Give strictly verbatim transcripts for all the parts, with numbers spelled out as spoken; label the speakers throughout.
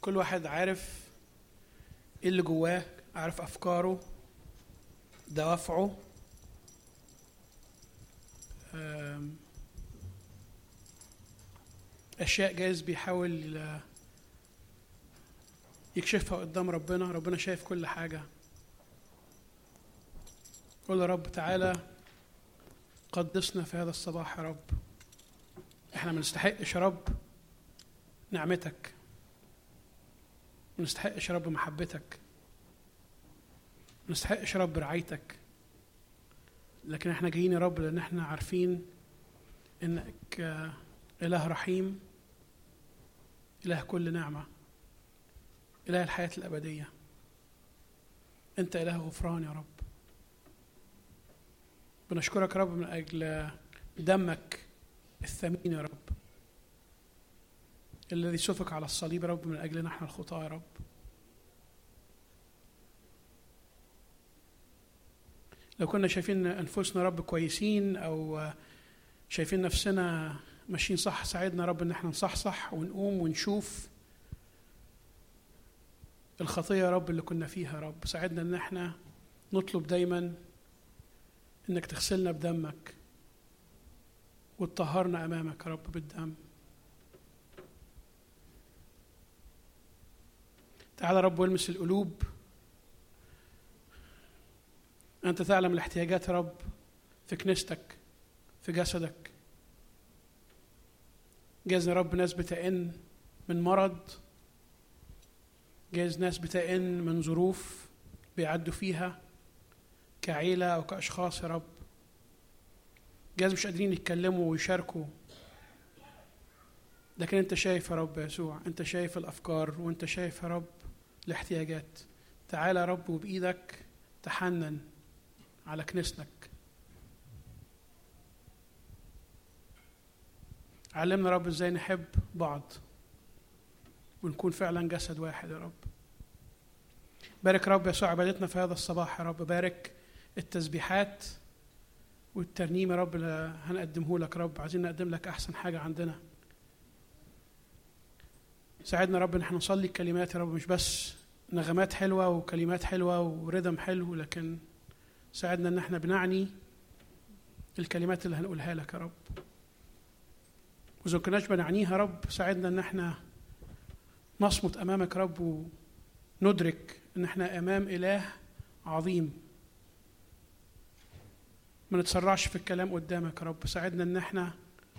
Speaker 1: كل واحد عارف ايه اللي جواه، عارف افكاره، دوافعه، اشياء جايز بيحاول يكشفها قدام ربنا. ربنا شايف كل حاجة. قول يا رب تعالى قدسنا في هذا الصباح يا رب. احنا ما نستحقش يا رب نعمتك، ما نستحقش يا رب محبتك، ما نستحقش يا رب رعايتك، لكن احنا جايين يا رب لان احنا عارفين انك اله رحيم، اله كل نعمة، اله الحياة الابدية. انت اله غفران يا رب. بنشكرك يا رب من اجل دمك الثمين يا رب الذي سفك على الصليب يا رب من اجلنا احنا الخطاة يا رب. لو كنا شايفين انفسنا رب كويسين او شايفين نفسنا ماشيين صح، ساعدنا رب ان احنا نصحصح ونقوم ونشوف الخطية يا رب اللي كنا فيها يا رب. ساعدنا ان احنا نطلب دايما انك تغسلنا بدمك وتطهرنا امامك يا رب بالدم. تعالى رب والمس القلوب. انت تعلم الاحتياجات يا رب في كنيستك، في جسدك. جايز يا رب ناس بتئن من مرض، جايز ناس بتئن من ظروف بيعدوا فيها كعيلة أو كأشخاص يا رب. جايز مش قادرين يتكلموا ويشاركوا، لكن أنت شايف يا رب يسوع، أنت شايف الأفكار وأنت شايف يا رب الاحتياجات. تعالى يا رب وبإيدك تحنن على كنيستك. علمنا رب ازاي نحب بعض ونكون فعلا جسد واحد يا رب. بارك رب يسوع عبادتنا في هذا الصباح يا رب. بارك التسبيحات والترنيم يا رب اللي هنقدمه لك يا رب. عايزين نقدم لك احسن حاجة عندنا. ساعدنا رب ان احنا نصلي الكلمات يا رب، مش بس نغمات حلوة وكلمات حلوة وردم حلو، لكن ساعدنا ان احنا بنعني الكلمات اللي هنقولها لك يا رب. وإذا كناش بنعنيها رب، ساعدنا ان احنا نصمت امامك رب وندرك ان احنا امام اله عظيم. ما نتسرعش في الكلام قدامك رب. ساعدنا ان احنا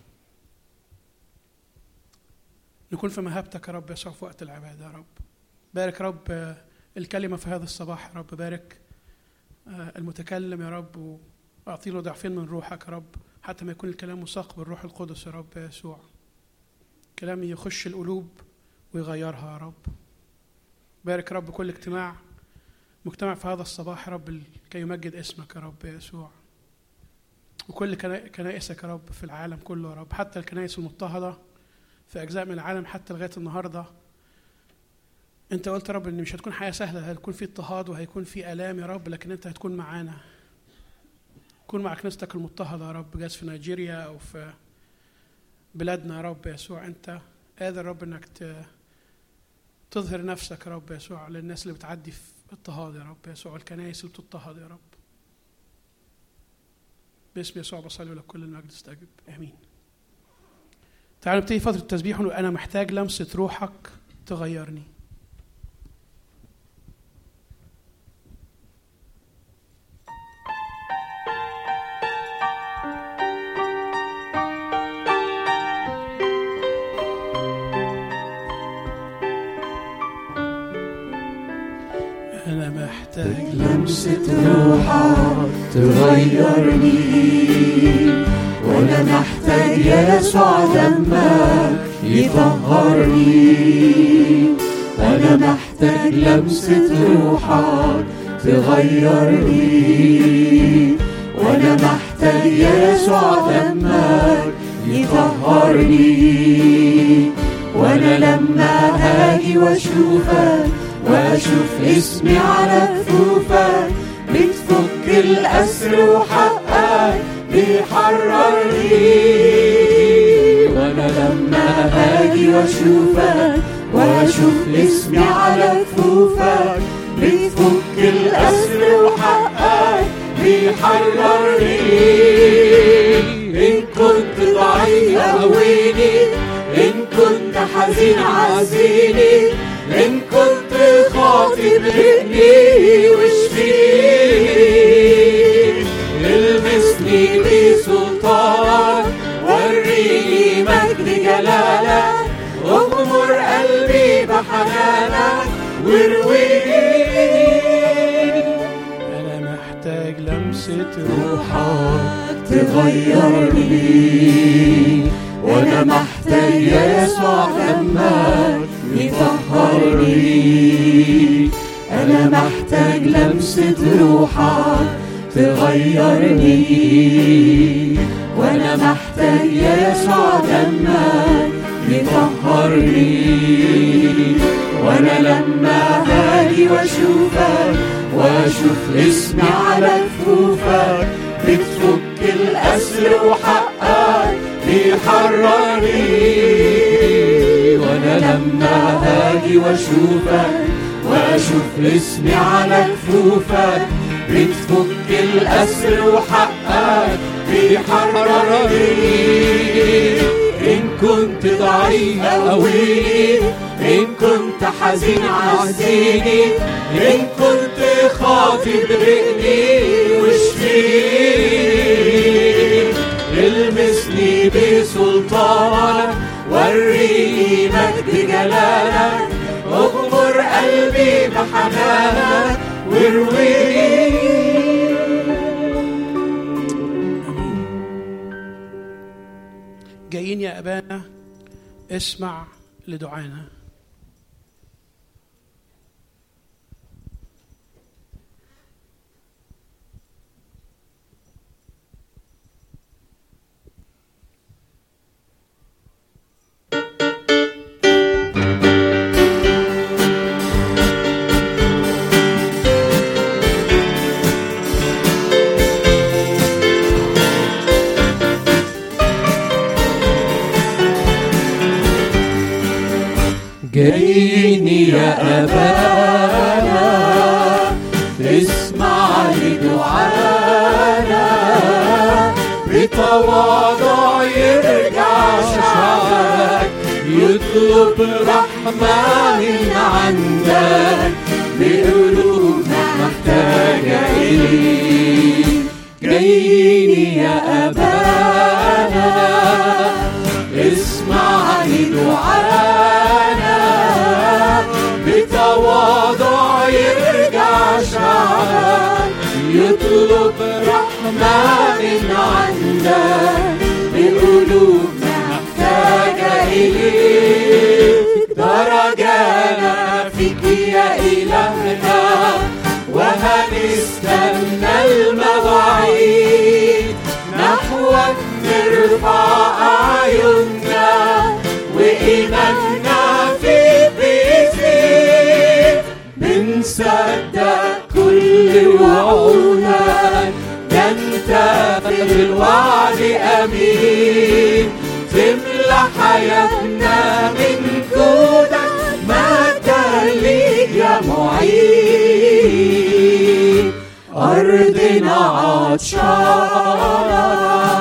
Speaker 1: نكون في مهابتك يا رب يسوع في وقت العبادة يا رب. بارك رب الكلمة في هذا الصباح يا رب. بارك المتكلم يا رب، واعطي له ضعفين من روحك يا رب، حتى ما يكون الكلام مساق بالروح القدس يا رب يسوع. كلام يخش القلوب ويغيرها يا رب. بارك رب كل اجتماع مجتمع في هذا الصباح يا رب كي يمجد اسمك يا رب يسوع. وكل كنائسك يا رب في العالم كله يا رب، حتى الكنائس المضطهدة في أجزاء من العالم حتى لغاية النهاردة. أنت قلت يا رب إن مش هتكون حياة سهلة، هيكون في اضطهاد وهيكون في آلام يا رب، لكن أنت هتكون معانا. كون مع كنيستك المضطهدة يا رب، جاز في نيجيريا أو في بلادنا يا رب يسوع. أنت قادر رب إنك تظهر نفسك يا رب يسوع للناس اللي بتعدي في اضطهاد يا رب يسوع، الكنائس اللي بتضطهد يا رب. باسم يسوع بصلي ولك كل المجد استجب، آمين. تعالوا نبتدي فترة التسبيح ونقول أنا محتاج لمسة روحك تغيرني. أنا محتاج
Speaker 2: لمسة روحك تغيرني، وأنا محتاج يسوع دمك يطهرني. أنا محتاج لمسة روحك تغيرني، وأنا محتاج يسوع دمك يطهرني. وأنا لما هاجي وأشوفك وأشوف اسمي على كفوفك، بتفك الأسر وحقك بيحررني. وأنا لما هاجي وأشوفك وأشوف اسمي على كفوفك، بتفك الأسر وحقك بيحررني. إن كنت ضعيف قويني، إن كنت حزين عزيني، إن كنت خاطي برقني واشفيني. المسني بسلطانك، وريني مجد جلالك، اغمر قلبي بحنانك وارويني.
Speaker 1: أنا محتاج لمسة روحك
Speaker 2: تغيرني، وأنا محتاج يسوع دمك يطهرني. أنا محتاج لمسة روحك تغيرني، وأنا محتاج يسوع دمك يطهرني. وأنا لما هاجي وأشوفك، وأشوف اسمي على كفوفك، بتفك الأسر وحقك بيحررني. وأنا لما هاجي وأشوفك، وأشوف اسمي على كفوفك، بتفك الأسر وحقك بيحررني. إن كنت ضعيف قويني، إن كنت حزين عزيني، إن كنت خاطي برقني واشفيني. المسني بسلطانك، وريني مجد جلالك، اغمر قلبي بحنانك وارويني.
Speaker 1: جايين يا أبانا اسمع لدعانا.
Speaker 2: جايني يا أبانا اسمع لدعانا، بتواضع يرجع شعبك، يطلب رحمة من عندك، بقلوبنا محتاجة إليك. جايني يا أبانا اسمع لدعانا، بتواضع يرجع شعبك، يطلب رحمة من عندك، بقلوبنا محتاجة إليك. درجانا فيك يا إلهنا، وهنستنى المواعيد، نحوك نرفع أعيننا، وإيماننا فيك بيزيد. بنصدق كل وعودك، ده أنت بالوعد أمين، تملى حياتنا من جودك، مجدا ليك يا معين. أرضنا عطشانة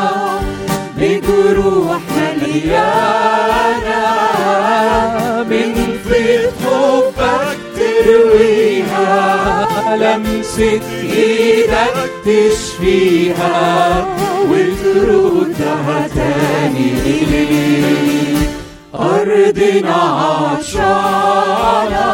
Speaker 2: بجروح مليانة، من فيض حبك ترويها، لمسة ايدك تشفيها، وتردها تاني إليك. أرضنا عطشانة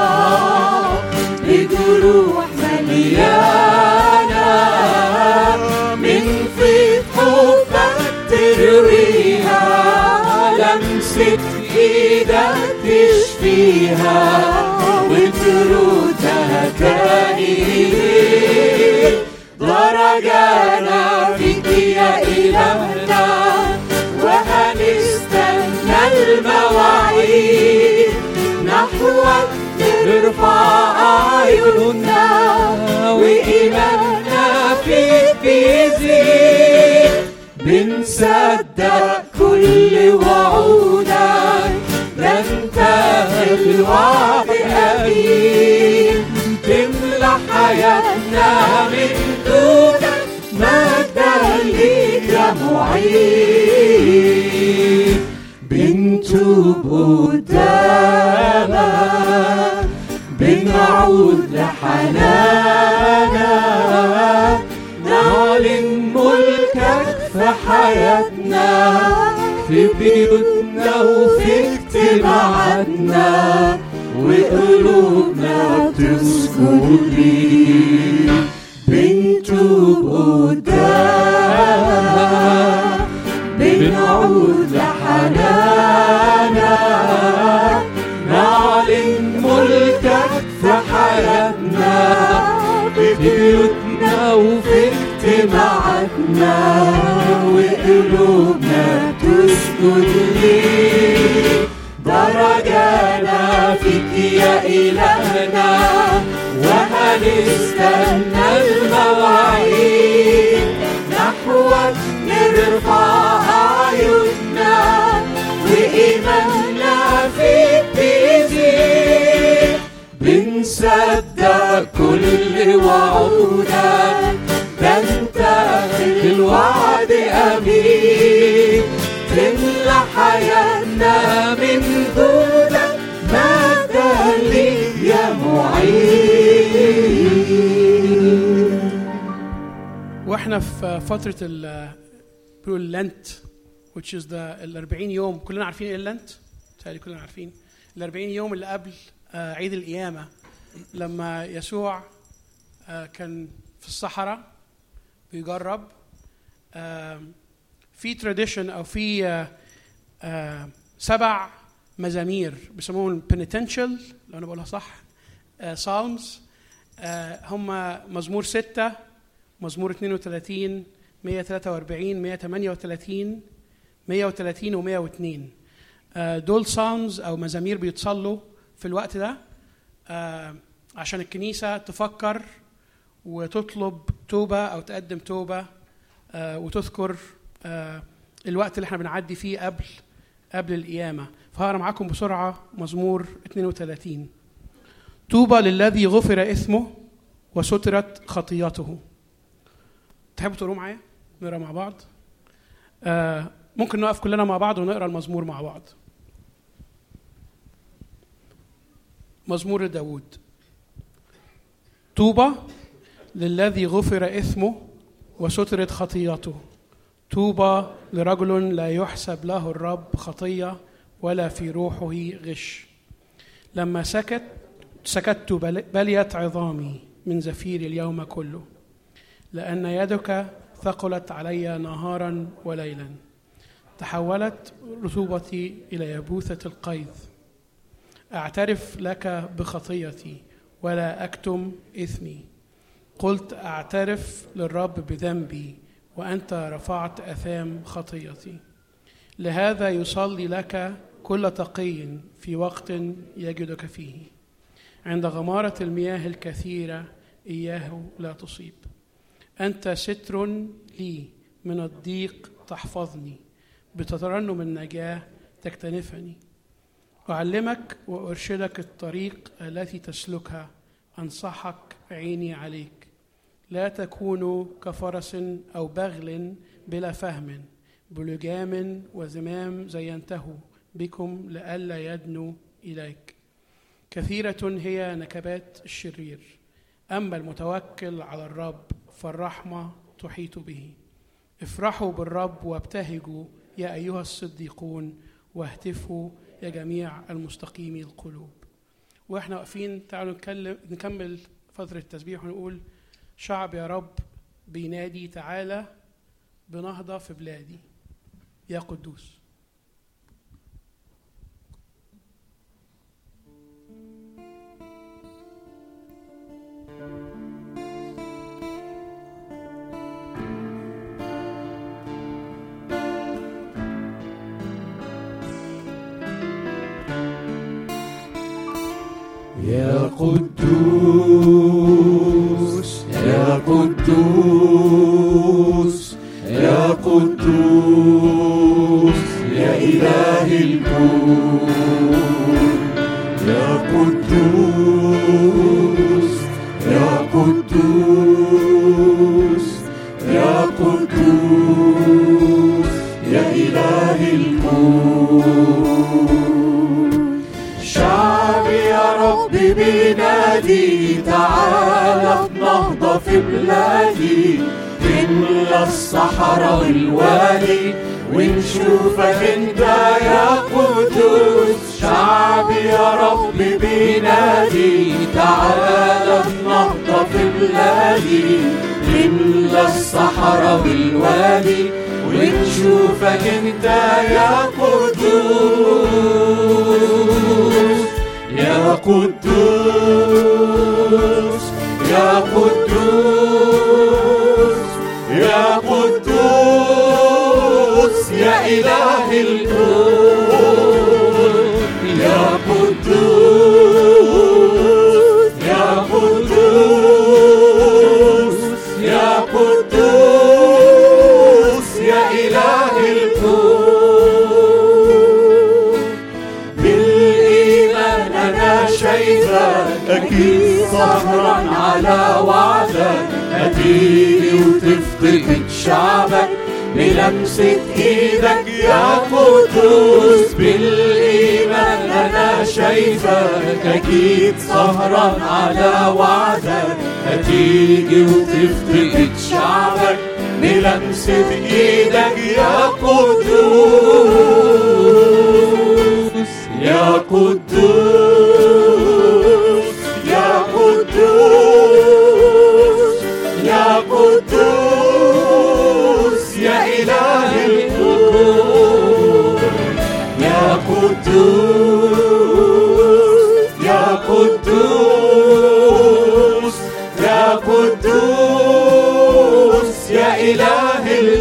Speaker 2: بجروح مليانة، من فيض حبك ترويها، لمسة ايدك تشفيها، وتردها تاني إليك. درجانا فيك يا إلهنا، وهنستنى المواعيد، نحوك نرفع أعيننا، وإيماننا فيك بيزيد. بنصدق كل وعودك، ده أنت الوعد معين، بنتوب قدامك، بنعود لحنانك، نعلن ملكك في حياتنا، في بيوتنا وفي اجتماعاتنا، وقلوبنا بتسجد ليك. بنتوب قدامك، بنعود لحنانك، نعلن ملكك في حياتنا، في بيوتنا وفي اجتماعاتنا، وقلوبنا تسجد ليك. درجانا فيك يا إلهنا، وهنستنى المواعيد، نحوك نرفع أعيننا، وإيماننا فيك بيزيد. بنصدق كل وعودك، ده انت في الوعد أمين، تملى حياتنا من دونك، مجدا ليك يا معين.
Speaker 1: واحنا في فترة ال بيقول لنت which is the الأربعين يوم. كلنا عارفين ايه اللنت؟ تالي كلنا عارفين الأربعين يوم اللي قبل عيد القيامة، لما يسوع كان في الصحراء بيجرب. في تراديشن او في سبع مزامير بيسموهم penitential لو انا بقولها صح، سالمز. هم مزمور ستة، مزمور اثنين وثلاثين، مئة وثلاثة وأربعين، مئة وثمانية وثلاثين، مئة وثلاثين ومئة واثنين. دول سالمز او مزامير بيتصلوا في الوقت ده عشان الكنيسة تفكر وتطلب توبة او تقدم توبة وتذكر الوقت اللي احنا بنعدي فيه قبل قبل القيامة. فهقرا معاكم بسرعة مزمور اثنين وثلاثين. طوبى للذي غفر إثمه وسترت خطيته. تحبوا تقروا معايا؟ نقرا مع بعض. آه ممكن نقف كلنا مع بعض ونقرا المزمور مع بعض. مزمور داود. طوبى للذي غفر إثمه وسترت خطيته. طوبى لرجل لا يحسب له الرب خطية ولا في روحه غش. لما سكت سكت بليت عظامي من زفير اليوم كله، لأن يدك ثقلت علي نهارا وليلا. تحولت رطوبتي إلى يبوثة القيظ. أعترف لك بخطيتي ولا أكتم إثمي. قلت أعترف للرب بذنبي وأنت رفعت أثام خطيتي. لهذا يصلي لك كل تقي في وقت يجدك فيه. عند غمارة المياه الكثيرة إياه لا تصيب. أنت ستر لي من الضيق تحفظني. بتترنم النجاة تكتنفني. أعلمك وأرشدك الطريق التي تسلكها. أنصحك عيني عليك. لا تكونوا كفرس أو بغل بلا فهم، بلجام وزمام زينته بكم لئلا يدنوا إليك. كثيرة هي نكبات الشرير، أما المتوكل على الرب فالرحمة تحيط به. افرحوا بالرب وابتهجوا يا أيها الصديقون، واهتفوا يا جميع المستقيمي القلوب. وإحنا واقفين تعالوا نكلم نكمل فترة التسبيح ونقول: شعب يا رب بينادي تعالى بنهضة في بلادي يا قدوس.
Speaker 2: يا قدوس يا قدوس يا قدوس يا إله الكون. يا قدوس يا قدوس يا قدوس شعبي يا رب بينادي تعالى بنهضة في بلادي نملى الصحراء والوادي ونشوفك انت يا قدوس. شعبي يا رب بينادي تعالى بنهضة في بلادي نملى الصحراء والوادي ونشوفك انت يا قدوس يا قدوس يا قدوس يا قدوس يا إله الكون يا قدوس يا قدوس يا قدوس يا إله الكون. بالإيمان أنا شايفك أكيد سهران على وعدك هتيجي وتفتقد شعبك بلمسة ايدك يا قدوس. بالإيمان أنا شايفك أكيد سهران على وعدك هتيجي وتفتقد شعبك بلمسة ايدك يا قدوس يا قدوس يا قدوس يا قدوس يا إله الكون يا قدوس يا قدوس يا قدوس يا إله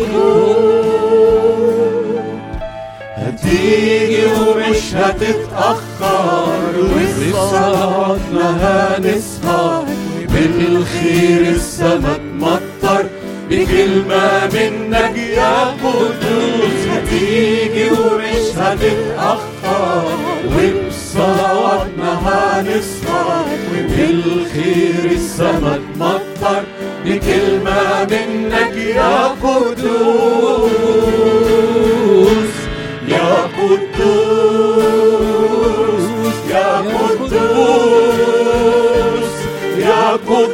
Speaker 2: الكون. هتيجي ومش هتتأخر وبصلاتنا هنسهر بالخير السما تمطر بكلمة منك يا قدوس. هتيجي ومش هتتأخر وبصلاتنا هنسهر بالخير السما تمطر بكلمة منك يا قدوس يا قدوس يا قدوس يا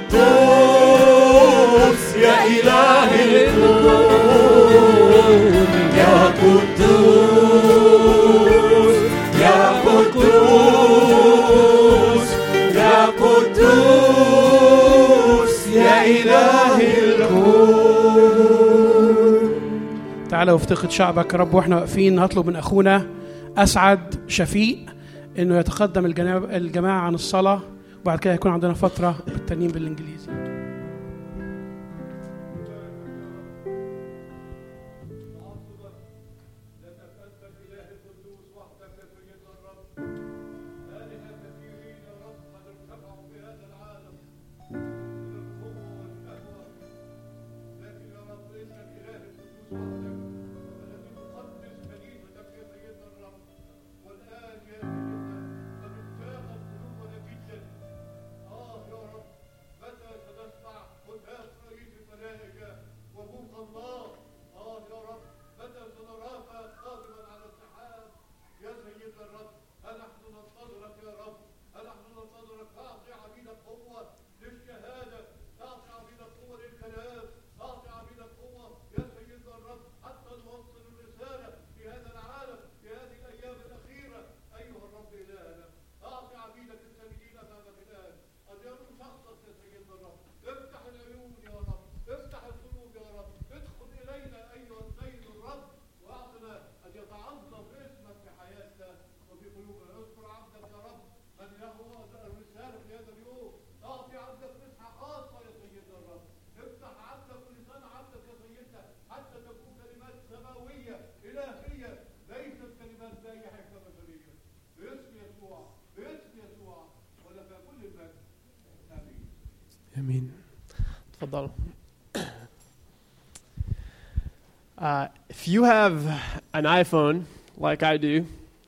Speaker 2: قدوس يا إله الكون يا قدوس يا قدوس يا قدوس يا إله الكون.
Speaker 1: تعالى وافتقد شعبك يا رب. واحنا واقفين هطلب من اخونا اسعد شفيق انه يتقدم الجماعه عن الصلاه، وبعد كده يكون عندنا فتره بالترنيم بالانجليزي.
Speaker 3: Amen. تفضل. Uh, if you have an iPhone like I do,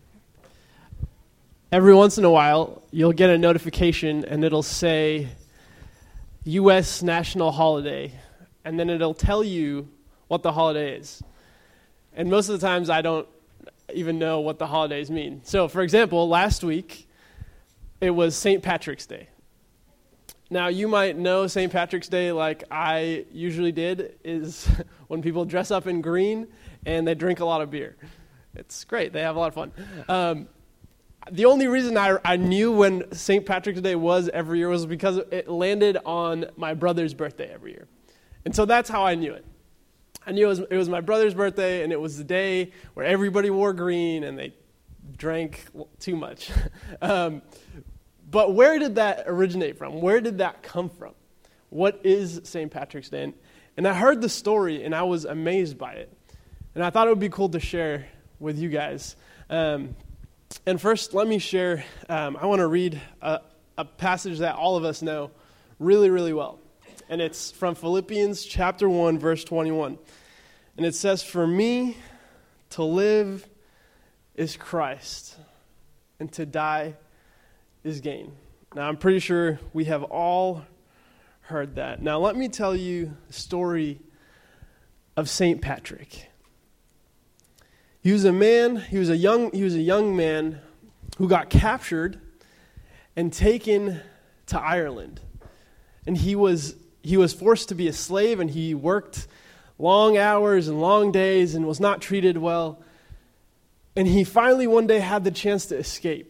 Speaker 3: every once in a while you'll get a notification and it'll say U S national holiday, and then it'll tell you what the holiday is. And most of the times I don't even know what the holidays mean. So, for example, last week, it was Saint Patrick's Day. Now, you might know Saint Patrick's Day like I usually did, is when people dress up in green and they drink a lot of beer. It's great. They have a lot of fun. Um, the only reason I, I knew when Saint Patrick's Day was every year was because it landed on my brother's birthday every year. And so that's how I knew it. I knew it was, it was my brother's birthday, and it was the day where everybody wore green and they drank too much. um, but where did that originate from? Where did that come from? What is Saint Patrick's Day? And, and I heard the story, and I was amazed by it. And I thought it would be cool to share with you guys. Um, and first, let me share, um, I want to read a, a passage that all of us know really, really well. And it's from Philippians chapter one, verse twenty-one. And it says, "For me to live is Christ, and to die is gain." Now, I'm pretty sure we have all heard that. Now, let me tell you the story of Saint Patrick. He was a man, he was a young, he was a young man who got captured and taken to Ireland. And he was he was forced to be a slave, and he worked long hours and long days and was not treated well. And he finally one day had the chance to escape.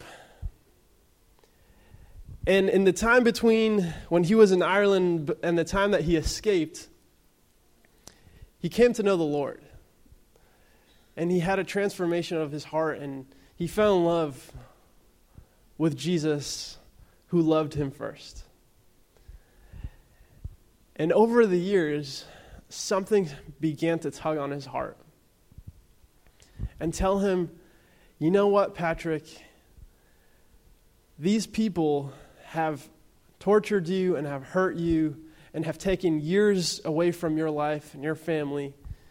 Speaker 3: And in the time between when he was in Ireland and the time that he escaped, he came to know the Lord. And he had a transformation of his heart, and he fell in love with Jesus, who loved him first. And over the years, something began to tug on his heart and tell him, you know what, Patrick? These people have tortured you and have hurt you and have taken years away from your life and your family.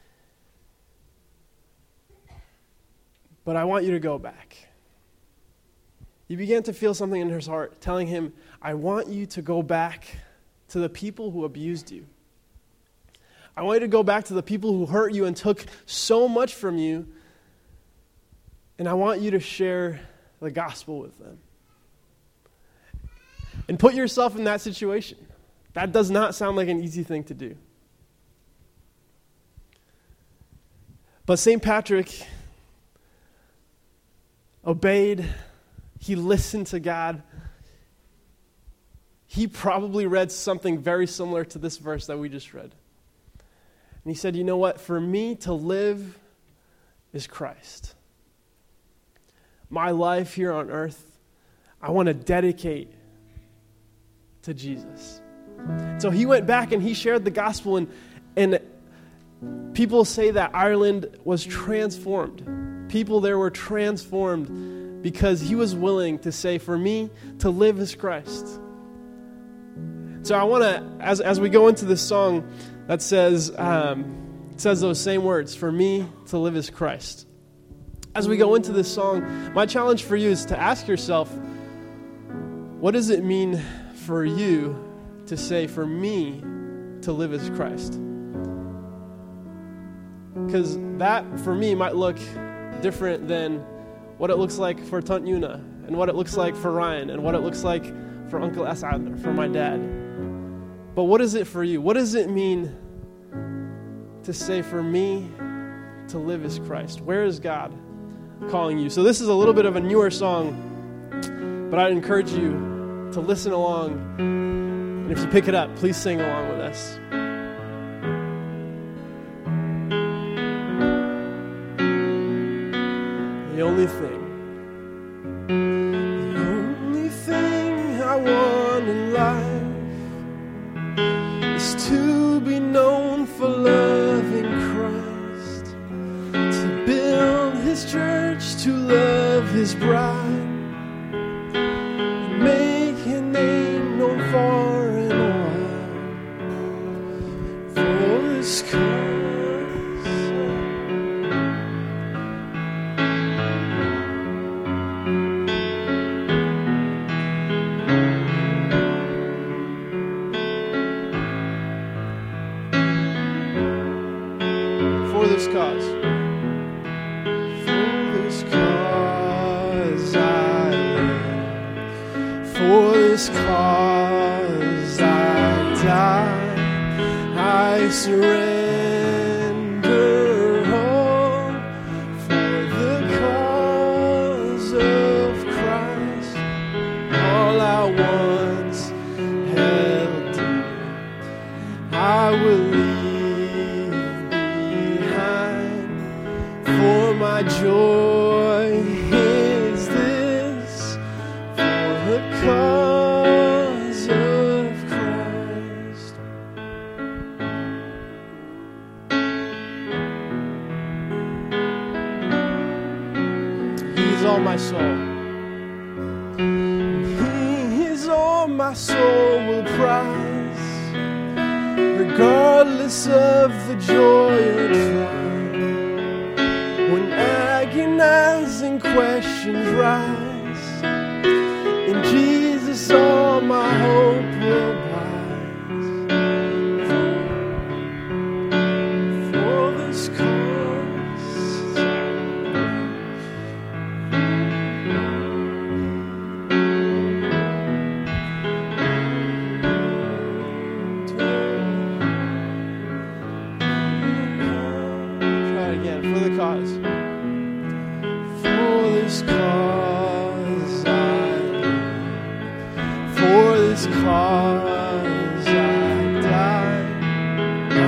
Speaker 3: But I want you to go back. He began to feel something in his heart telling him, I want you to go back to the people who abused you. I want you to go back to the people who hurt you and took so much from you. And I want you to share the gospel with them. And put yourself in that situation. That does not sound like an easy thing to do. But Saint Patrick obeyed. He listened to God. He probably read something very similar to this verse that we just read. And he said, you know what? For me to live is Christ. My life here on earth, I want to dedicate to Jesus. So he went back and he shared the gospel, and, and people say that Ireland was transformed. People there were transformed because he was willing to say, for me to live is Christ. So I want to, as as we go into this song that says, um, it says those same words, for me to live is Christ. As we go into this song, my challenge for you is to ask yourself, what does it mean for you to say, for me to live is Christ? Because that, for me, might look different than what it looks like for Tant Yuna, and what it looks like for Ryan, and what it looks like for Uncle Asad, or for my dad. But what is it for you? What does it mean to say, for me to live is Christ? Where is God calling you? So this is a little bit of a newer song, but I'd encourage you to listen along. And if you pick it up, please sing along with us. The only thing, the only thing I want in life is to be known for loving Christ, to build his church, to love his bride, and make his name known far and wide. For this cause, for this cause, for this this cause I die. I surrender all for the cause of Christ. All I once held dear, I will leave behind. For my joy is this, for the cause of Christ. He's all my soul. He is all my soul will prize, regardless of the joy or trial. When agonizing questions rise, in Jesus all my hope will rise. For this cause try it again. For the cause. For this cause I live. For this cause I die. I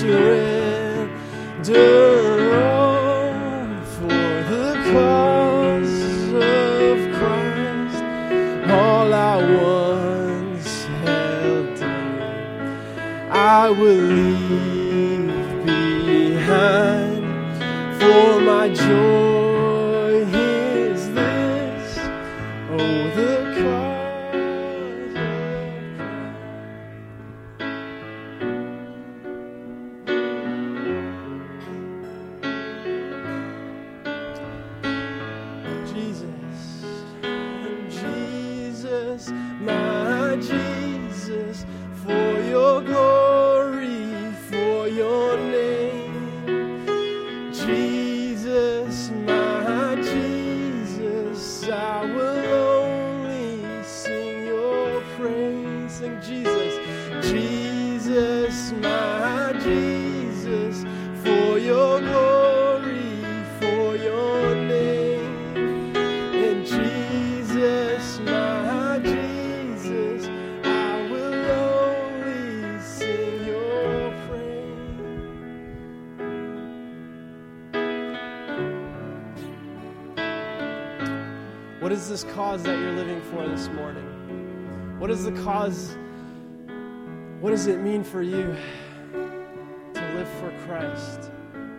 Speaker 3: surrender all for the cause of Christ. All I once held dear, I will leave behind. For my joy is this, oh, the cause of Christ. Jesus, Jesus, my Jesus, for your glory, for your name. Jesus, my Jesus, I will only sing your praise. Sing Jesus, Jesus, my Jesus, for your glory, for your name. And Jesus, my Jesus, I will only sing your praise. What is this cause that you're living for this morning? What is the cause? What does it mean for you to live for Christ?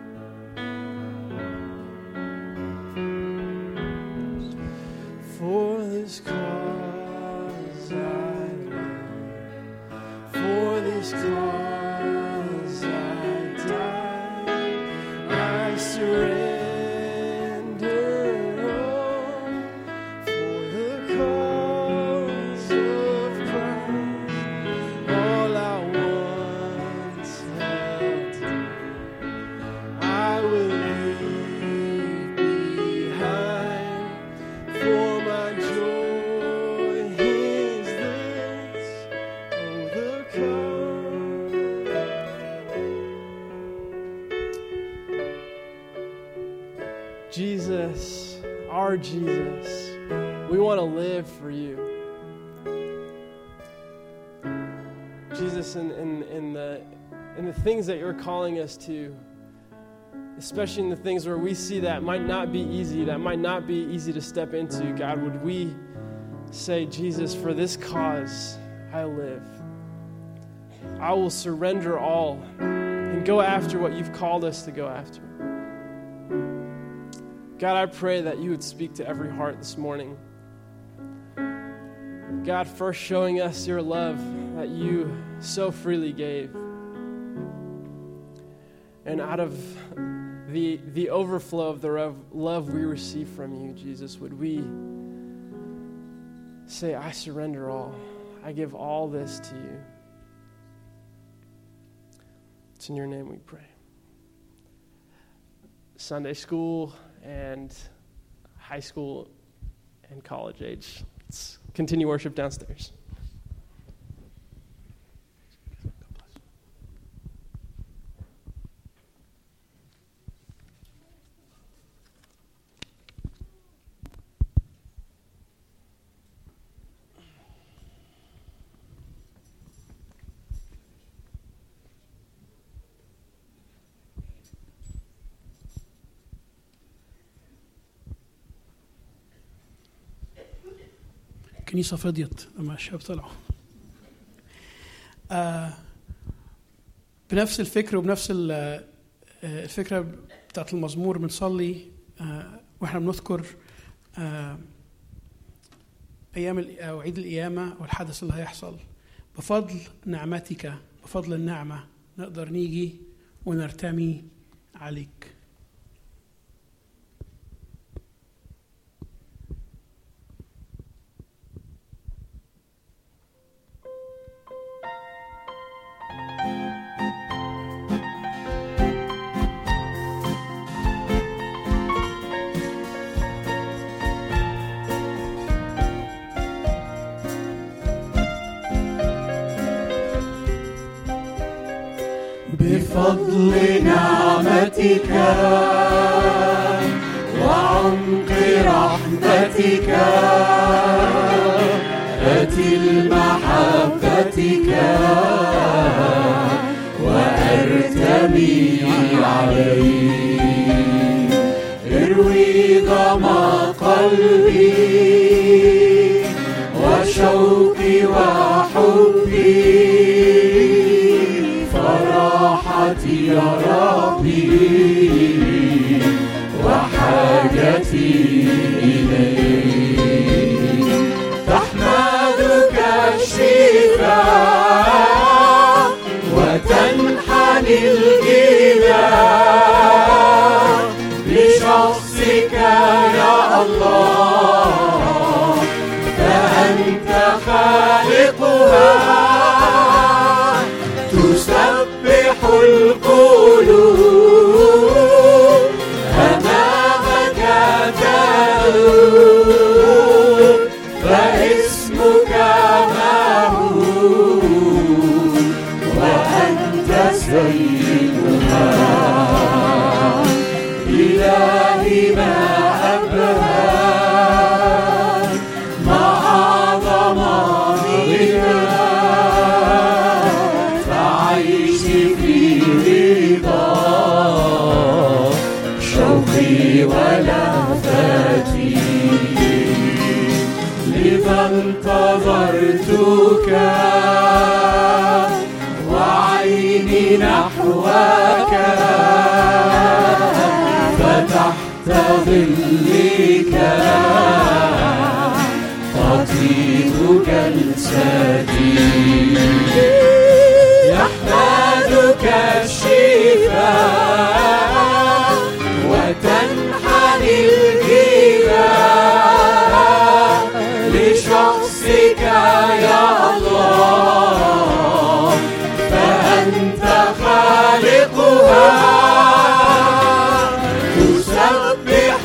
Speaker 3: For this cause I live, for this cause I die. I surrender. Jesus, our Jesus, we want to live for you. Jesus, in, in, in, the, in the things that you're calling us to, especially in the things where we see that might not be easy, that might not be easy to step into, God, would we say, Jesus, for this cause I live. I will surrender all and go after what you've called us to go after. God, I pray that you would speak to every heart this morning. God, first showing us your love that you so freely gave. And out of the, the overflow of the rev- love we receive from you, Jesus, would we say, I surrender all. I give all this to you. It's in your name we pray. Sunday school and high school and college age. Let's continue worship downstairs.
Speaker 1: الكنيسة فضيت لما الشباب طلعوا. آه بنفس الفكر وبنفس الفكرة بتاعت المزمور بنصلي آه واحنا بنذكر آه أيام أو عيد القيامة والحدث اللي هيحصل. بفضل نعمتك، بفضل النعمة نقدر نيجي ونرتمي عليك.
Speaker 2: بفضل نعمتك وعمق رحمتك أتي المحبتك وأرتمي عليك. اروي ظما قلبي وشوقي وحبي فرحتي يا ربي وحاجتي إليك. تحمدك الشفاء وتنحني الجبال لشخصك يا الله، فأنت خالقها تسبح القلوب أمامك تدور، فاسمك مهول وأنت سيدها. إلهي ما أبهاك ما أعظم غناك، فعيشي في رضا شوقي ولهفتي. لذا انتظرتك وعيني نحوك، فتحت ظلك تطيب جلستي. يحمدك الشفاء وتنحني الجبال لشخصك يا الله، فأنت خالقها تسبح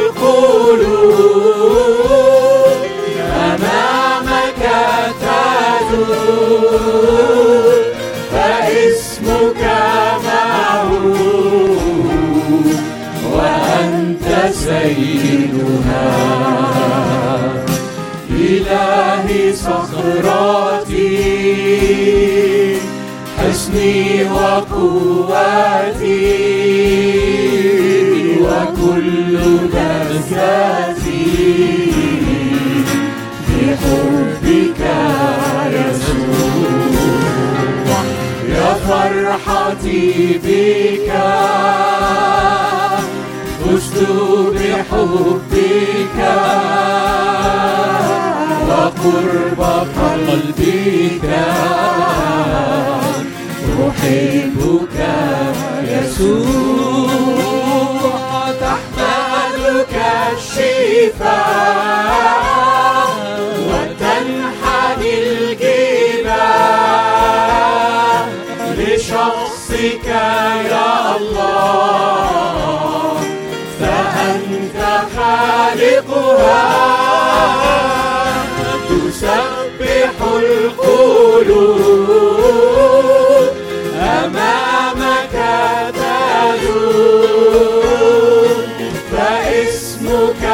Speaker 2: القلوب أمامك تدور، فاسمك مهول وأنت سيدها. إلهي صخرتي حصني وقوتي وكل لذاتي بحبك يسوع. يا فرحتي بك فزت بحبك وقرب قلبك أحبك يسوع. تحمدك الشفاء وتنحني الجبال لشخصك يا الله، فأنت خالقها تسبح القلوب أمامك تدور، فاسمك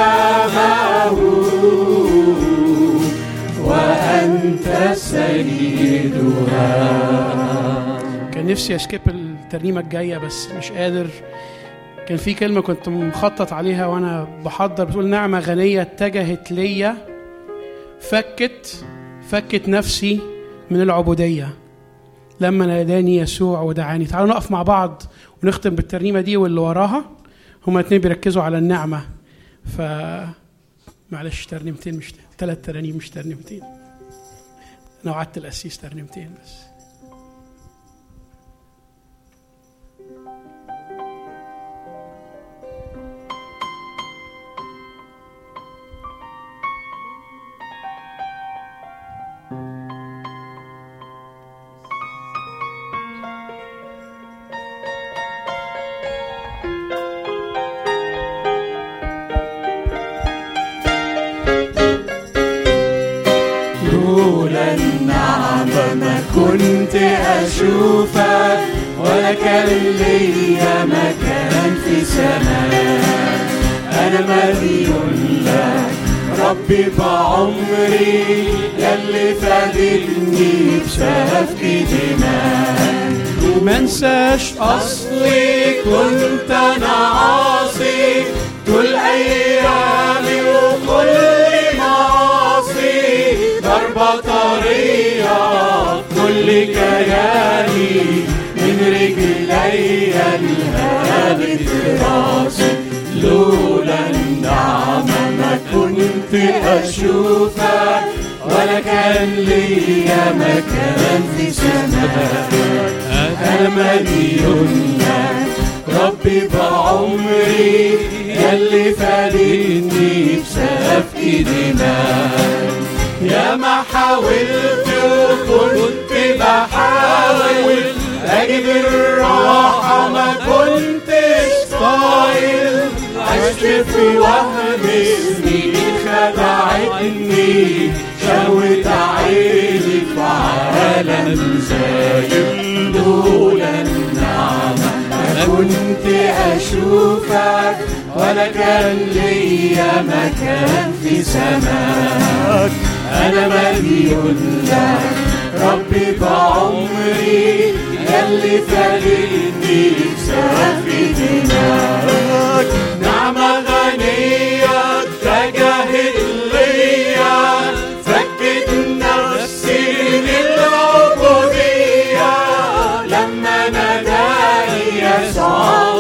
Speaker 2: مهول وأنت سيدها.
Speaker 1: كان نفسي أسكيب الترنيمة الجاية بس مش قادر. كان في كلمة كنت مخطط عليها وأنا بحضر بتقول: نعمة غنية اتجهت ليا فكت فكت نفسي من العبودية لما ناداني يسوع ودعاني. تعالوا نقف مع بعض ونختم بالترنيمة دي واللي وراها. هما اتنين بيركزوا على النعمة، ف معلش ترنيمتين مش ثلاث ترانيم مش ترنيمتين. أنا وعدت القسيس ترنيمتين بس.
Speaker 2: كنت أشوفك ولا كان ليا مكان في سماك. أنا مديون لك ربي بعمري، يلي فادتني بسفك دماك.
Speaker 1: منساش
Speaker 2: أصلي كنت أنا عاصي طول أيامي وكل معاصي، ضربة طرية كل كياني من رجلي لهابت راسي. لولا النعمة ما كنت أشوفك ولا كان ليا مكان في سماك. أنا مديون لك ربي بعمري، يلي فادتني بسفك دماك. يا ما حاولت وكنت بحاول أجيب الراحة ما كنتش طايل، عشت في وهم سنين خدعتني، شوت عيني في عالم زايد. لولا النعمة ما كنت أشوفك ولا كان ليا مكان في سماك. أنا مديون لك ربي بعمري، يلي فادتني بسفك دماك. نعمة غنية اتجهت ليا، فكت نفسي من العبودية لما ناداني يسوع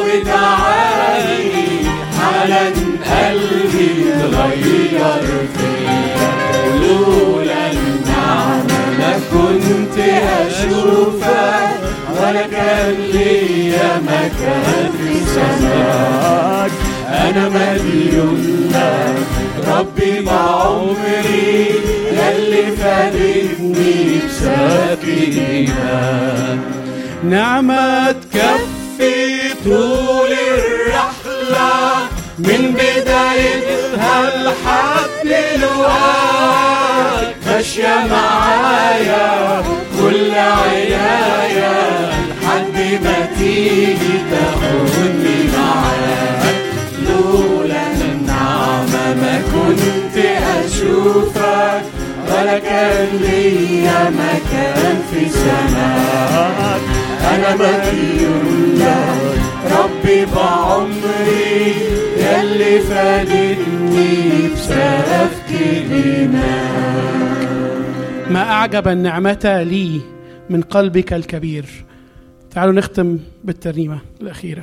Speaker 2: ودعاني، حالا قلبي اتغير فيا. لولا النعمة ما كنت أشوفك ولا كان ليا مكان في سماك. أنا مديون لك ربي بعمري، يلي فادتني بسفك دماك.
Speaker 1: نعمة
Speaker 2: تكفي طول الرحلة من بدايتها لحد الوقت، ماشية معايا كل عناية لحد ما تيجي تاخدني معاك. لولا النعمة ما كنت أشوفك ولا كان ليا مكان في سماك. أنا مديون لك ربي بعمري، يلي فادتني بسفك دماك.
Speaker 1: ما أعجب النعمة لي من قلبك الكبير. تعالوا نختم بالترنيمة الأخيرة.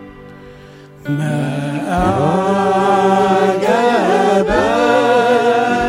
Speaker 2: ما أعجب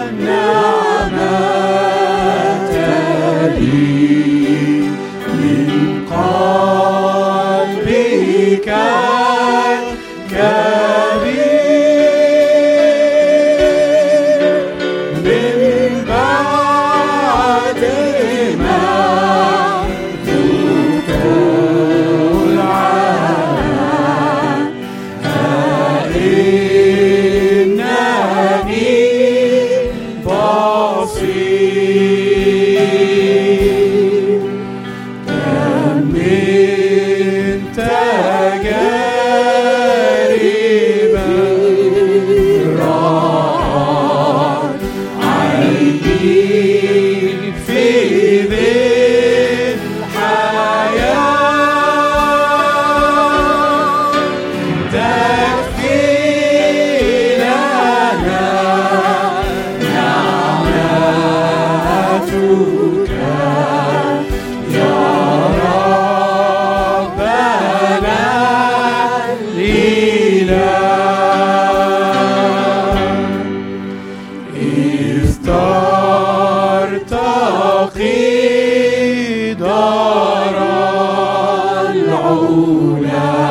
Speaker 2: معونة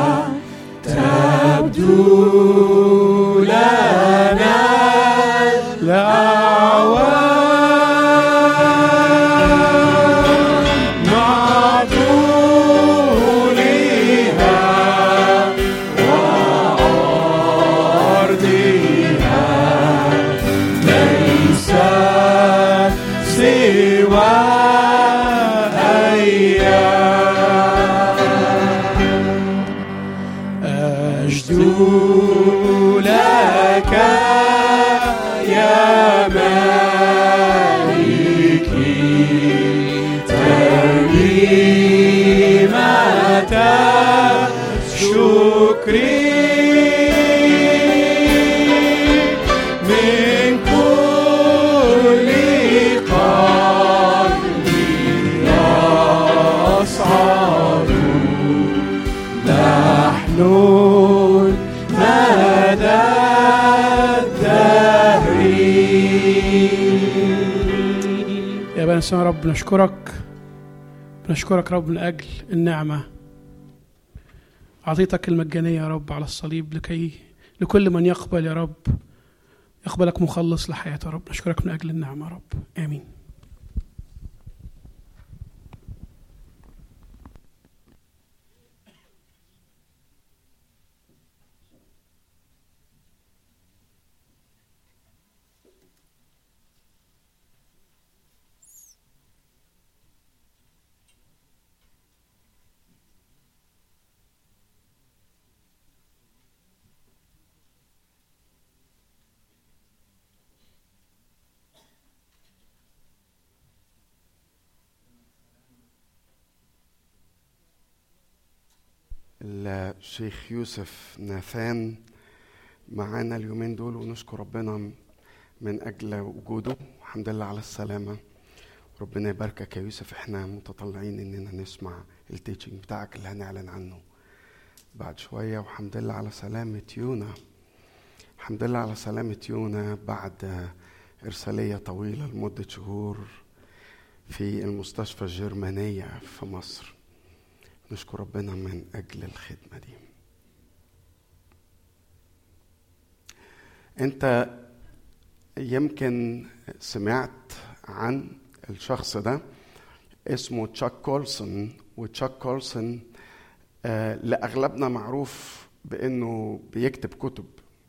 Speaker 2: تبدو لنا الأعوام مع طولها وعرضها ليس سوى أجدو لك يا مالكي ترنيمة شكري من كل قلبي يصعد نحن
Speaker 1: يا بني السماء رب نشكرك نشكرك رب من أجل النعمة عطيتك المجانية يا رب على الصليب لكي لكل من يقبل يا رب يقبلك مخلص لحياته يا رب. نشكرك من أجل النعمة يا رب. آمين.
Speaker 4: الشيخ يوسف ناثان معانا اليومين دول، ونشكر ربنا من أجل وجوده. الحمد لله على السلامة. ربنا يباركك يا يوسف. احنا متطلعين اننا نسمع التيتشنج بتاعك اللي هنعلن عنه بعد شوية. والحمد لله على سلامة يونا. الحمد لله على سلامة يونا بعد إرسالية طويلة لمدة شهور في المستشفى الجرمانية في مصر. نشكر ربنا من أجل الخدمة دي. أنت يمكن سمعت عن الشخص ده اسمه تشاك كولسون. وتشاك كولسون آه لأغلبنا معروف بأنه بيكتب كتب،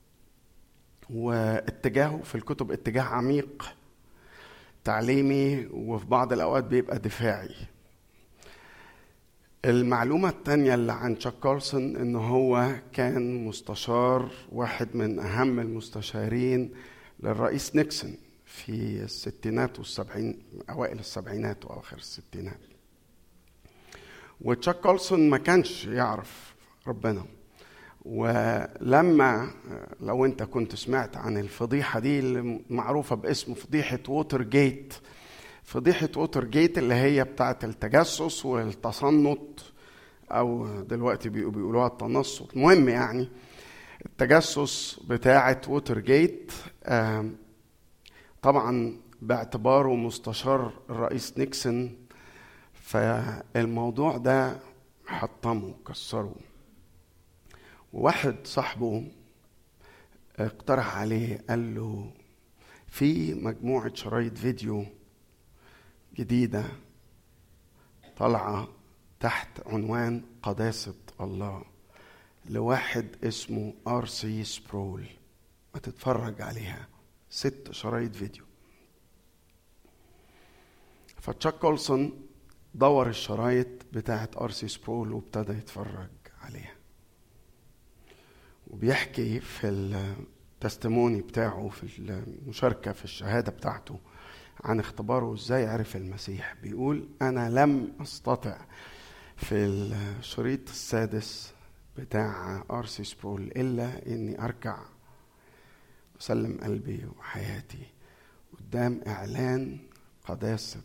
Speaker 4: واتجاهه في الكتب اتجاه عميق تعليمي، وفي بعض الأوقات بيبقى دفاعي. المعلومة التانية اللي عن تشاك كولسون إنه هو كان مستشار، واحد من أهم المستشارين للرئيس نيكسون في الستينات والسبعين، أوائل السبعينات وآخر الستينات. وتشاك كولسون ما كانش يعرف ربنا. ولما لو أنت كنت سمعت عن الفضيحة دي اللي معروفة باسم فضيحة ووتر جيت، فضيحة ووتر جيت اللي هي بتاعة التجسس والتصنت، أو دلوقتي بيقولوها التنصت. المهم يعني التجسس بتاعة ووتر جيت، طبعا باعتباره مستشار الرئيس نيكسون، فالموضوع ده حطمه كسره. وواحد صاحبه اقترح عليه، قال له في مجموعة شرايط فيديو جديدة طالعة تحت عنوان قداسة الله لواحد اسمه آر سي سبرول، ما تتفرج عليها، ست شرايط فيديو. فتشاك كولسون دور الشرايط بتاعت آر سي سبرول وابتدى يتفرج عليها، وبيحكي في التستموني بتاعه، في المشاركة في الشهادة بتاعته عن اختباره ازاي عرف المسيح. بيقول أنا لم أستطع في الشريط السادس بتاع آر سي سبرول إلا إني أركع وسلم قلبي وحياتي قدام إعلان قداسة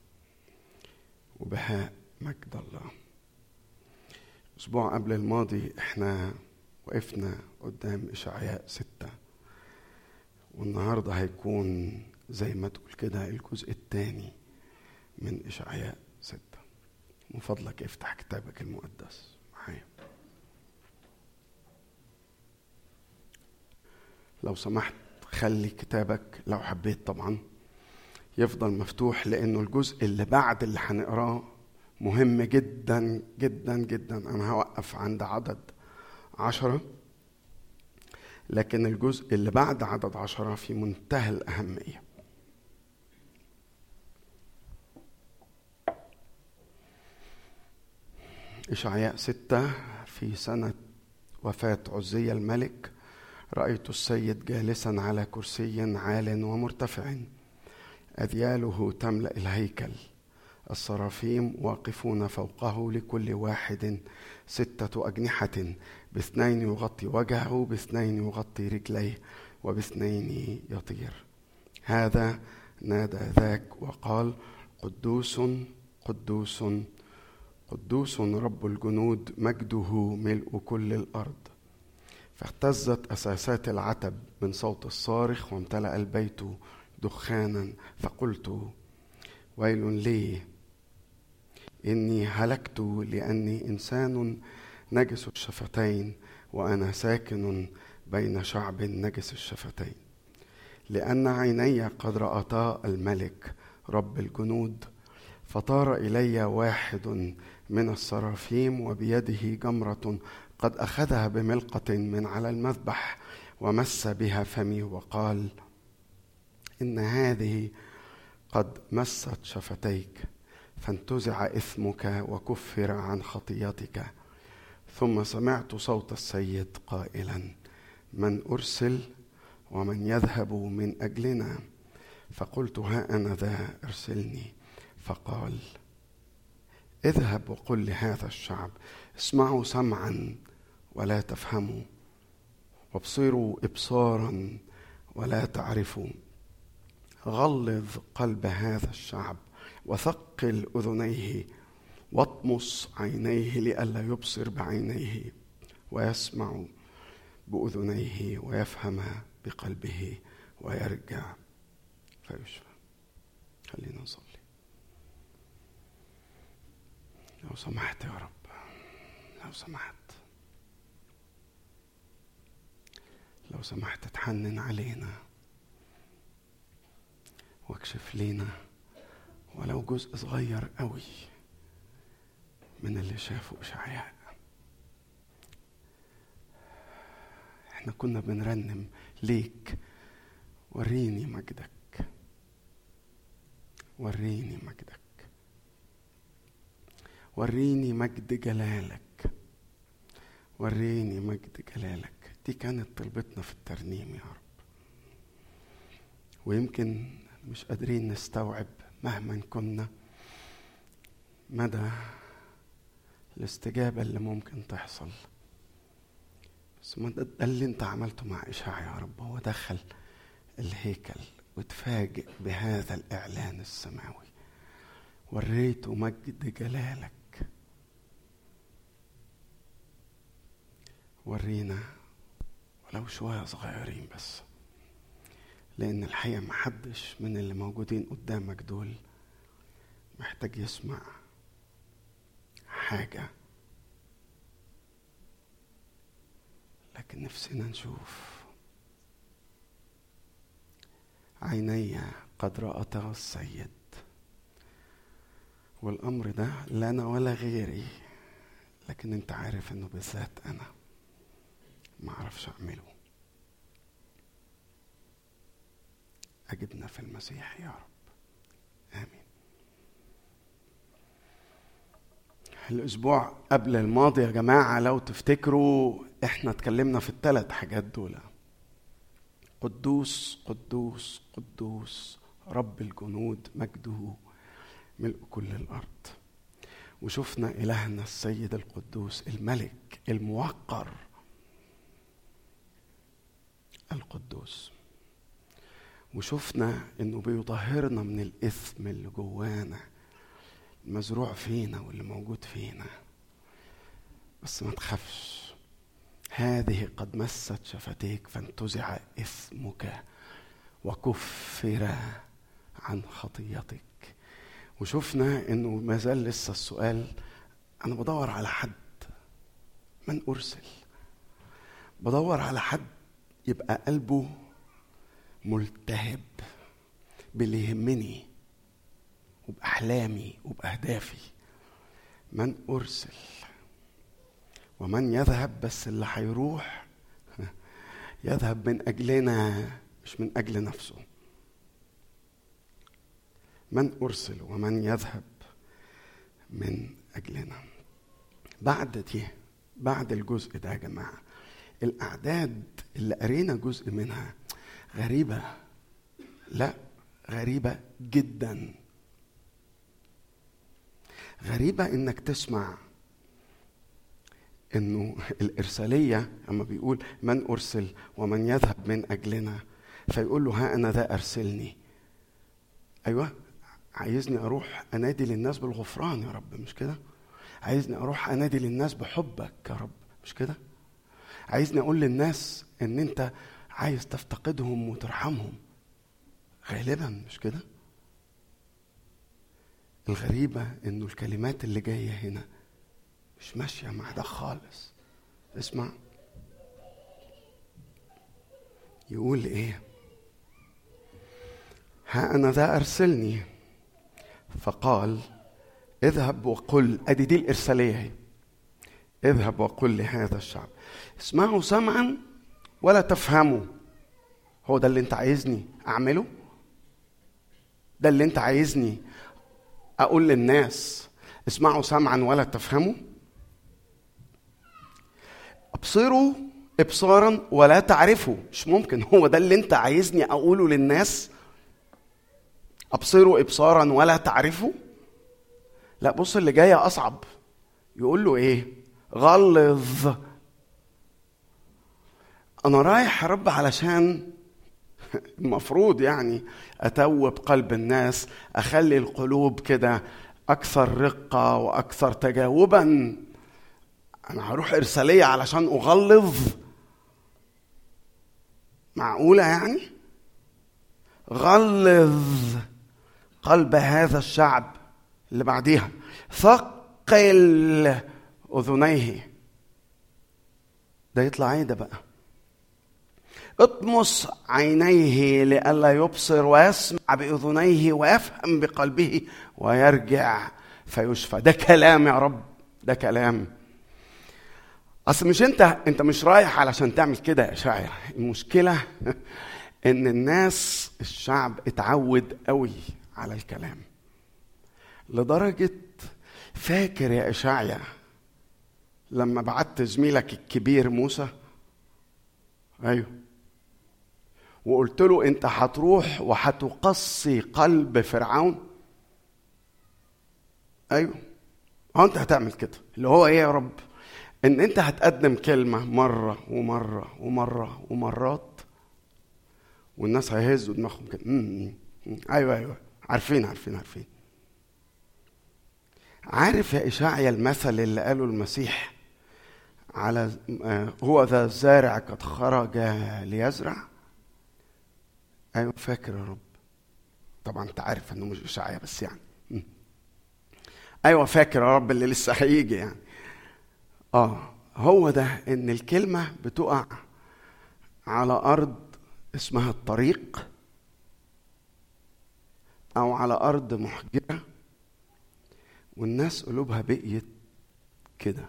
Speaker 4: وبهاء مجد الله. أسبوع قبل الماضي احنا وقفنا قدام إشعياء ستة، والنهاردة هيكون زي ما تقول كده الجزء الثاني من إشعياء ستة. من فضلك افتح كتابك المقدس معايا. لو سمحت خلي كتابك لو حبيت طبعا يفضل مفتوح، لأنه الجزء اللي بعد اللي هنقراه مهم جدا جدا جدا. أنا هوقف عند عدد عشرة، لكن الجزء اللي بعد عدد عشرة في منتهى الأهمية. إشعياء ستة: في سنة وفاة عزية الملك رأيت السيد جالسا على كرسي عال ومرتفع، أذياله تملأ الهيكل، الصرافيم واقفون فوقه، لكل واحد ستة أجنحة، باثنين يغطي وجهه، باثنين يغطي رجليه، وباثنين يطير. هذا نادى ذاك وقال: قدوس قدوس قدوس رب الجنود، مجده ملء كل الأرض. فاهتزت أساسات العتب من صوت الصارخ، وامتلأ البيت دخانا. فقلت: ويل لي، إني هلكت، لأني إنسان نجس الشفتين، وأنا ساكن بين شعب نجس الشفتين. لأن عيني قد رأتا الملك رب الجنود. فطار إلي واحد من الصرافيم، وبيده جمرة قد أخذها بملقة من على المذبح، ومس بها فمي، وقال: إن هذه قد مست شفتيك، فانتزع إثمك وكفر عن خطيتك. ثم سمعت صوت السيد قائلا: من أرسل ومن يذهب من أجلنا؟ فقلت: ها أنا ذا، أرسلني. فقال: اذهب وقل لهذا الشعب: اسمعوا سمعا ولا تفهموا، وابصروا إبصارا ولا تعرفوا. غلظ قلب هذا الشعب، وثقل أذنيه، واطمس عينيه، لئلا يبصر بعينيه، ويسمع بأذنيه، ويفهم بقلبه، ويرجع فيشفى. خلينا نصلي. لو سمحت يا رب، لو سمحت لو سمحت تحنن علينا واكشف لينا ولو جزء صغير قوي من اللي شافه إشعياء. احنا كنا بنرنم ليك: وريني مجدك، وريني مجدك، وريني مجد جلالك، وريني مجد جلالك. دي كانت طلبتنا في الترنيم يا رب. ويمكن مش قادرين نستوعب مهما كنا مدى الاستجابة اللي ممكن تحصل، بس ما ده اللي انت عملته مع إشعياء يا رب. هو دخل الهيكل وتفاجئ بهذا الإعلان السماوي: وريته مجد جلالك. ورينا ولو شوية صغيرين بس، لأن الحقيقة محدش من اللي موجودين قدامك دول محتاج يسمع حاجة، لكن نفسنا نشوف. عيني قد رأتا السيد، والأمر ده لا أنا ولا غيري، لكن أنت عارف أنه بالذات أنا ما أعرفش أعمله. أجبنا في المسيح يا رب، آمين. الأسبوع قبل الماضي يا جماعة لو تفتكروا إحنا اتكلمنا في الثلاث حاجات دول: قدوس قدوس قدوس رب الجنود، مجده ملء كل الأرض. وشفنا إلهنا السيد القدوس، الملك الموقر القدوس. وشفنا إنه بيطهرنا من الإثم اللي جوانا، المزروع فينا واللي موجود فينا. بس ما تخافش، هذه قد مست شفتيك، فانتزع إثمك وكفر عن خطيتك. وشفنا انه ما زال لسه السؤال، انا بدور على حد، من ارسل؟ بدور على حد يبقى قلبه ملتهب باللي يهمني وبأحلامي وبأهدافي. من أرسل ومن يذهب، بس اللي هيروح يذهب من أجلنا مش من أجل نفسه. من أرسل ومن يذهب من أجلنا. بعد دي، بعد الجزء ده يا جماعة، الأعداد اللي قرينا جزء منها غريبة، لا غريبة جدا. غريبة إنك تسمع إنه الإرسالية أما بيقول من أرسل ومن يذهب من أجلنا، فيقول له ها أنا ذا أرسلني. أيوة، عايزني أروح أنادي للناس بالغفران يا رب، مش كده؟ عايزني أروح أنادي للناس بحبك يا رب، مش كده؟ عايزني أقول للناس إن أنت عايز تفتقدهم وترحمهم، غالبا مش كده؟ الغريبة إنه الكلمات اللي جاية هنا مش ماشية مع ده خالص. اسمع، يقول إيه؟ ها أنا ذا أرسلني، فقال اذهب وقل. أدي دي الإرسالية هي. اذهب وقل لهذا الشعب اسمعوا سمعا ولا تفهموا. هو ده اللي انت عايزني أعمله؟ ده اللي انت عايزني أقول للناس اسمعوا سمعا ولا تفهموا؟ أبصروا إبصارا ولا تعرفوا. مش ممكن. هو ده اللي انت عايزني أقوله للناس؟ أبصروا إبصارا ولا تعرفوا؟ لا، بص اللي جاية أصعب. يقول له إيه؟ غلظ. أنا رايح يا رب علشان المفروض يعني أتوب قلب الناس، أخلي القلوب كده أكثر رقة وأكثر تجاوبا. أنا هروح إرسالية علشان أغلظ؟ معقولة يعني؟ غلظ قلب هذا الشعب. اللي بعديها ثقل أذنيه. ده يطلع ايه ده بقى؟ اطمس عينيه لئلا يبصر ويسمع بأذنيه ويفهم بقلبه ويرجع فيشفى. ده كلام يا رب، ده كلام. اصل مش انت انت مش رايح علشان تعمل كده يا شاعر. المشكلة ان الناس الشعب اتعود قوي على الكلام، لدرجة فاكر يا إشعيا لما بعت زميلك الكبير موسى؟ أيوه، وقلت له أنت هتروح وهتقصي قلب فرعون. أيوه، هو أنت هتعمل كده. اللي هو إيه يا رب؟ إن أنت هتقدم كلمة مرة ومرة ومرة ومرات، والناس هيهزوا دماغهم كده. أيوه أيوه، عارفين عارفين عارفين. عارف يا إشعيا المثل اللي قاله المسيح على هو ذا الزارع قد خرج ليزرع؟ أيوة فاكر يا رب. طبعا أنت عارف أنه مش إشعيا بس يعني. أيوة فاكر يا رب اللي لسه هيجي يعني. آه هو ده، إن الكلمة بتقع على أرض اسمها الطريق، أو على أرض محجرة، والناس قلوبها بقيت كده.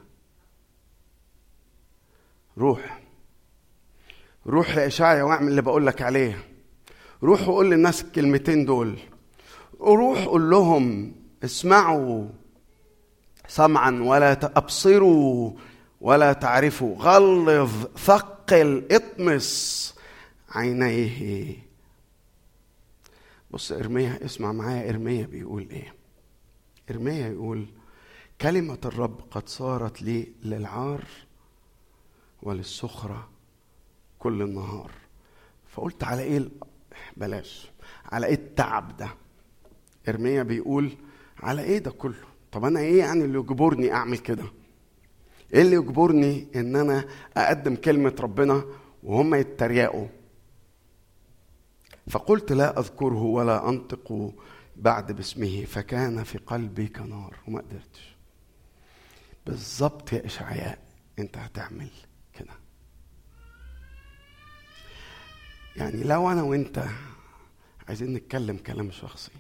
Speaker 4: روح روح يا إشعيا واعمل اللي بقول لك عليه. روح وقول للناس الكلمتين دول. روح قول لهم اسمعوا سمعا ولا تبصروا ولا تعرفوا. غلظ ثقل اطمس عينيه. بص إرميا، اسمع معايا إرميا بيقول ايه. إرميا يقول كلمة الرب قد صارت لي للعار وللسخرة كل النهار. فقلت على ايه؟ بلاش، على ايه التعب ده؟ إرميا بيقول على ايه ده كله؟ طب انا ايه يعني اللي يجبرني اعمل كده؟ ايه اللي يجبرني ان انا اقدم كلمة ربنا وهم يتريقوا؟ فقلت لا اذكره ولا انطق بعد باسمه فكان في قلبي كنار، وما قدرتش. بالظبط يا إشعياء انت هتعمل كده. يعني لو انا وانت عايزين نتكلم كلام شخصي،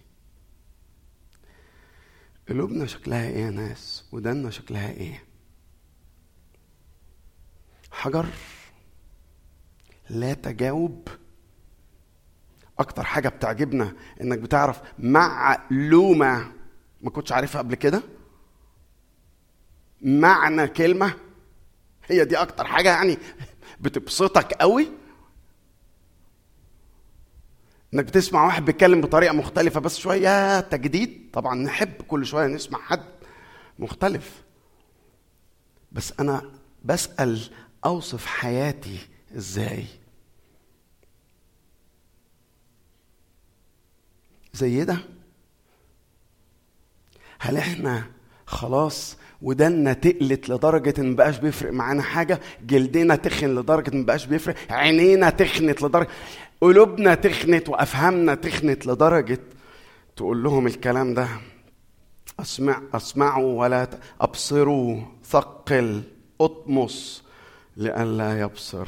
Speaker 4: قلوبنا شكلها ايه يا ناس؟ ودنا شكلها ايه؟ حجر لا تجاوب. اكتر حاجة بتعجبنا انك بتعرف معلومة ما كنتش عارفها قبل كده، معنى كلمة، هي دي اكتر حاجة يعني بتبسطك قوي. انك بتسمع واحد بيتكلم بطريقة مختلفة بس شوية تجديد. طبعا نحب كل شوية نسمع حد مختلف، بس انا بسأل اوصف حياتي ازاي؟ زي ده؟ هل احنا خلاص ودنا تقلت لدرجة ان مبقاش بيفرق معانا حاجة؟ جلدنا تخن لدرجة ان مبقاش بيفرق؟ عينينا تخنت لدرجة؟ قلوبنا تخنت وافهامنا تخنت لدرجة تقول لهم الكلام ده؟ اسمع اسمعوا ولا ابصروا، ثقل اطمس لئلا يبصر،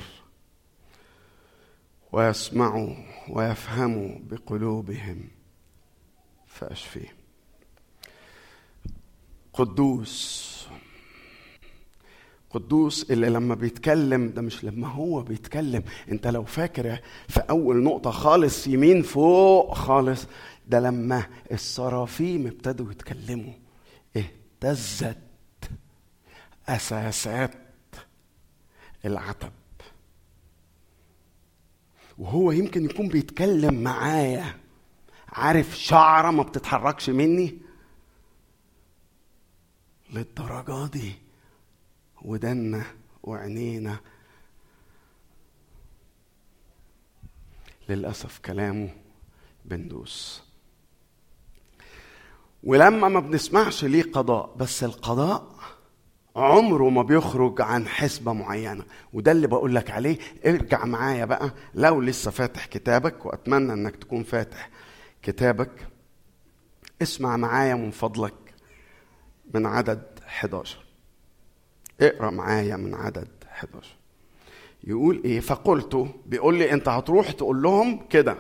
Speaker 4: ويسمعوا ويفهموا بقلوبهم فاشفيه. قدوس قدوس اللي لما بيتكلم ده مش لما هو بيتكلم. انت لو فاكر في اول نقطة خالص يمين فوق خالص، ده لما الصرافيم ابتدوا يتكلموا اهتزت اساسات العتب. وهو يمكن يكون بيتكلم معايا، عارف شعرة ما بتتحركش مني للدرجة دي، ودنا وعينينا للأسف كلامه بندوس. ولما ما بنسمعش ليه قضاء، بس القضاء عمره ما بيخرج عن حسبة معينة. وده اللي بقول لك عليه. ارجع معايا بقى لو لسه فاتح كتابك، وأتمنى أنك تكون فاتح كتابك. اسمع معايا من فضلك من عدد احد عشر. اقرأ معايا من عدد احد عشر. يقول ايه؟ فقلت، بيقول لي انت هتروح تقول لهم كده.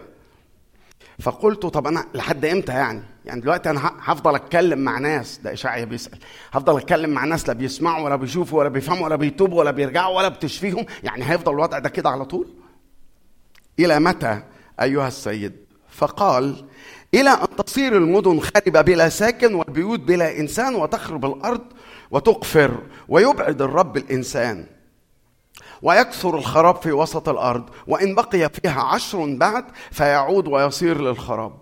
Speaker 4: فقلت طب انا لحد امتى يعني؟ يعني دلوقتي انا هفضل اتكلم مع ناس، ده اشعياء بيسأل، هفضل اتكلم مع ناس لا بيسمعوا ولا بيشوفوا ولا بيفهموا ولا بيتوبوا ولا بيرجعوا ولا بتشفيهم؟ يعني هيفضل الوضع ده كده على طول؟ الى متى ايها السيد؟ فقال الى ان تصير المدن خربة بلا ساكن والبيوت بلا انسان، وتخرب الارض وتقفر، ويبعد الرب الانسان، ويكثر الخراب في وسط الأرض، وإن بقي فيها عشر بعد فيعود ويصير للخراب.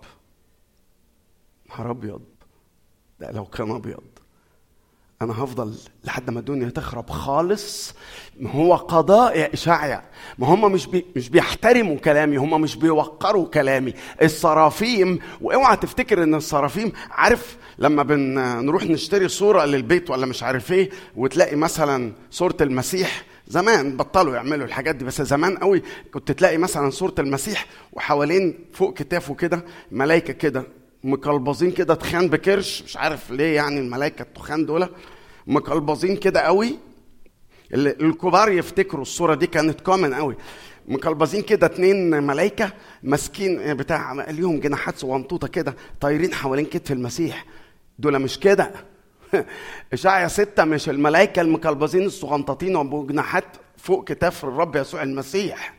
Speaker 4: نهار أبيض، ده لو كان أبيض. أنا هفضل لحد ما الدنيا تخرب خالص؟ ما هو قضاء يا إشعياء. ما هم مش بي مش بيحترموا كلامي، هم مش بيوقروا كلامي. الصرافيم، واوعى تفتكر ان الصرافيم، عارف لما بنروح نشتري صورة للبيت ولا مش عارف ايه، وتلاقي مثلا صورة المسيح، زمان بطلوا يعملوا الحاجات دي بس زمان قوي كنت تلاقي مثلا صورة المسيح وحوالين فوق كتافه كده ملايكة كده مقلبظين كده، تخان بكرش، مش عارف ليه يعني الملايكة التخان دول مقلبظين كده قوي. الكبار يفتكروا الصورة دي كانت كومن قوي، مقلبظين كده اتنين ملايكة ماسكين بتاع ليهم جناحات صغنطوطة كده طايرين حوالين كتف المسيح. دول مش كده. إشعياء ستة مش الملائكة المقلبظين الصغنطاطين وبجناحات فوق كتاف الرب يسوع المسيح.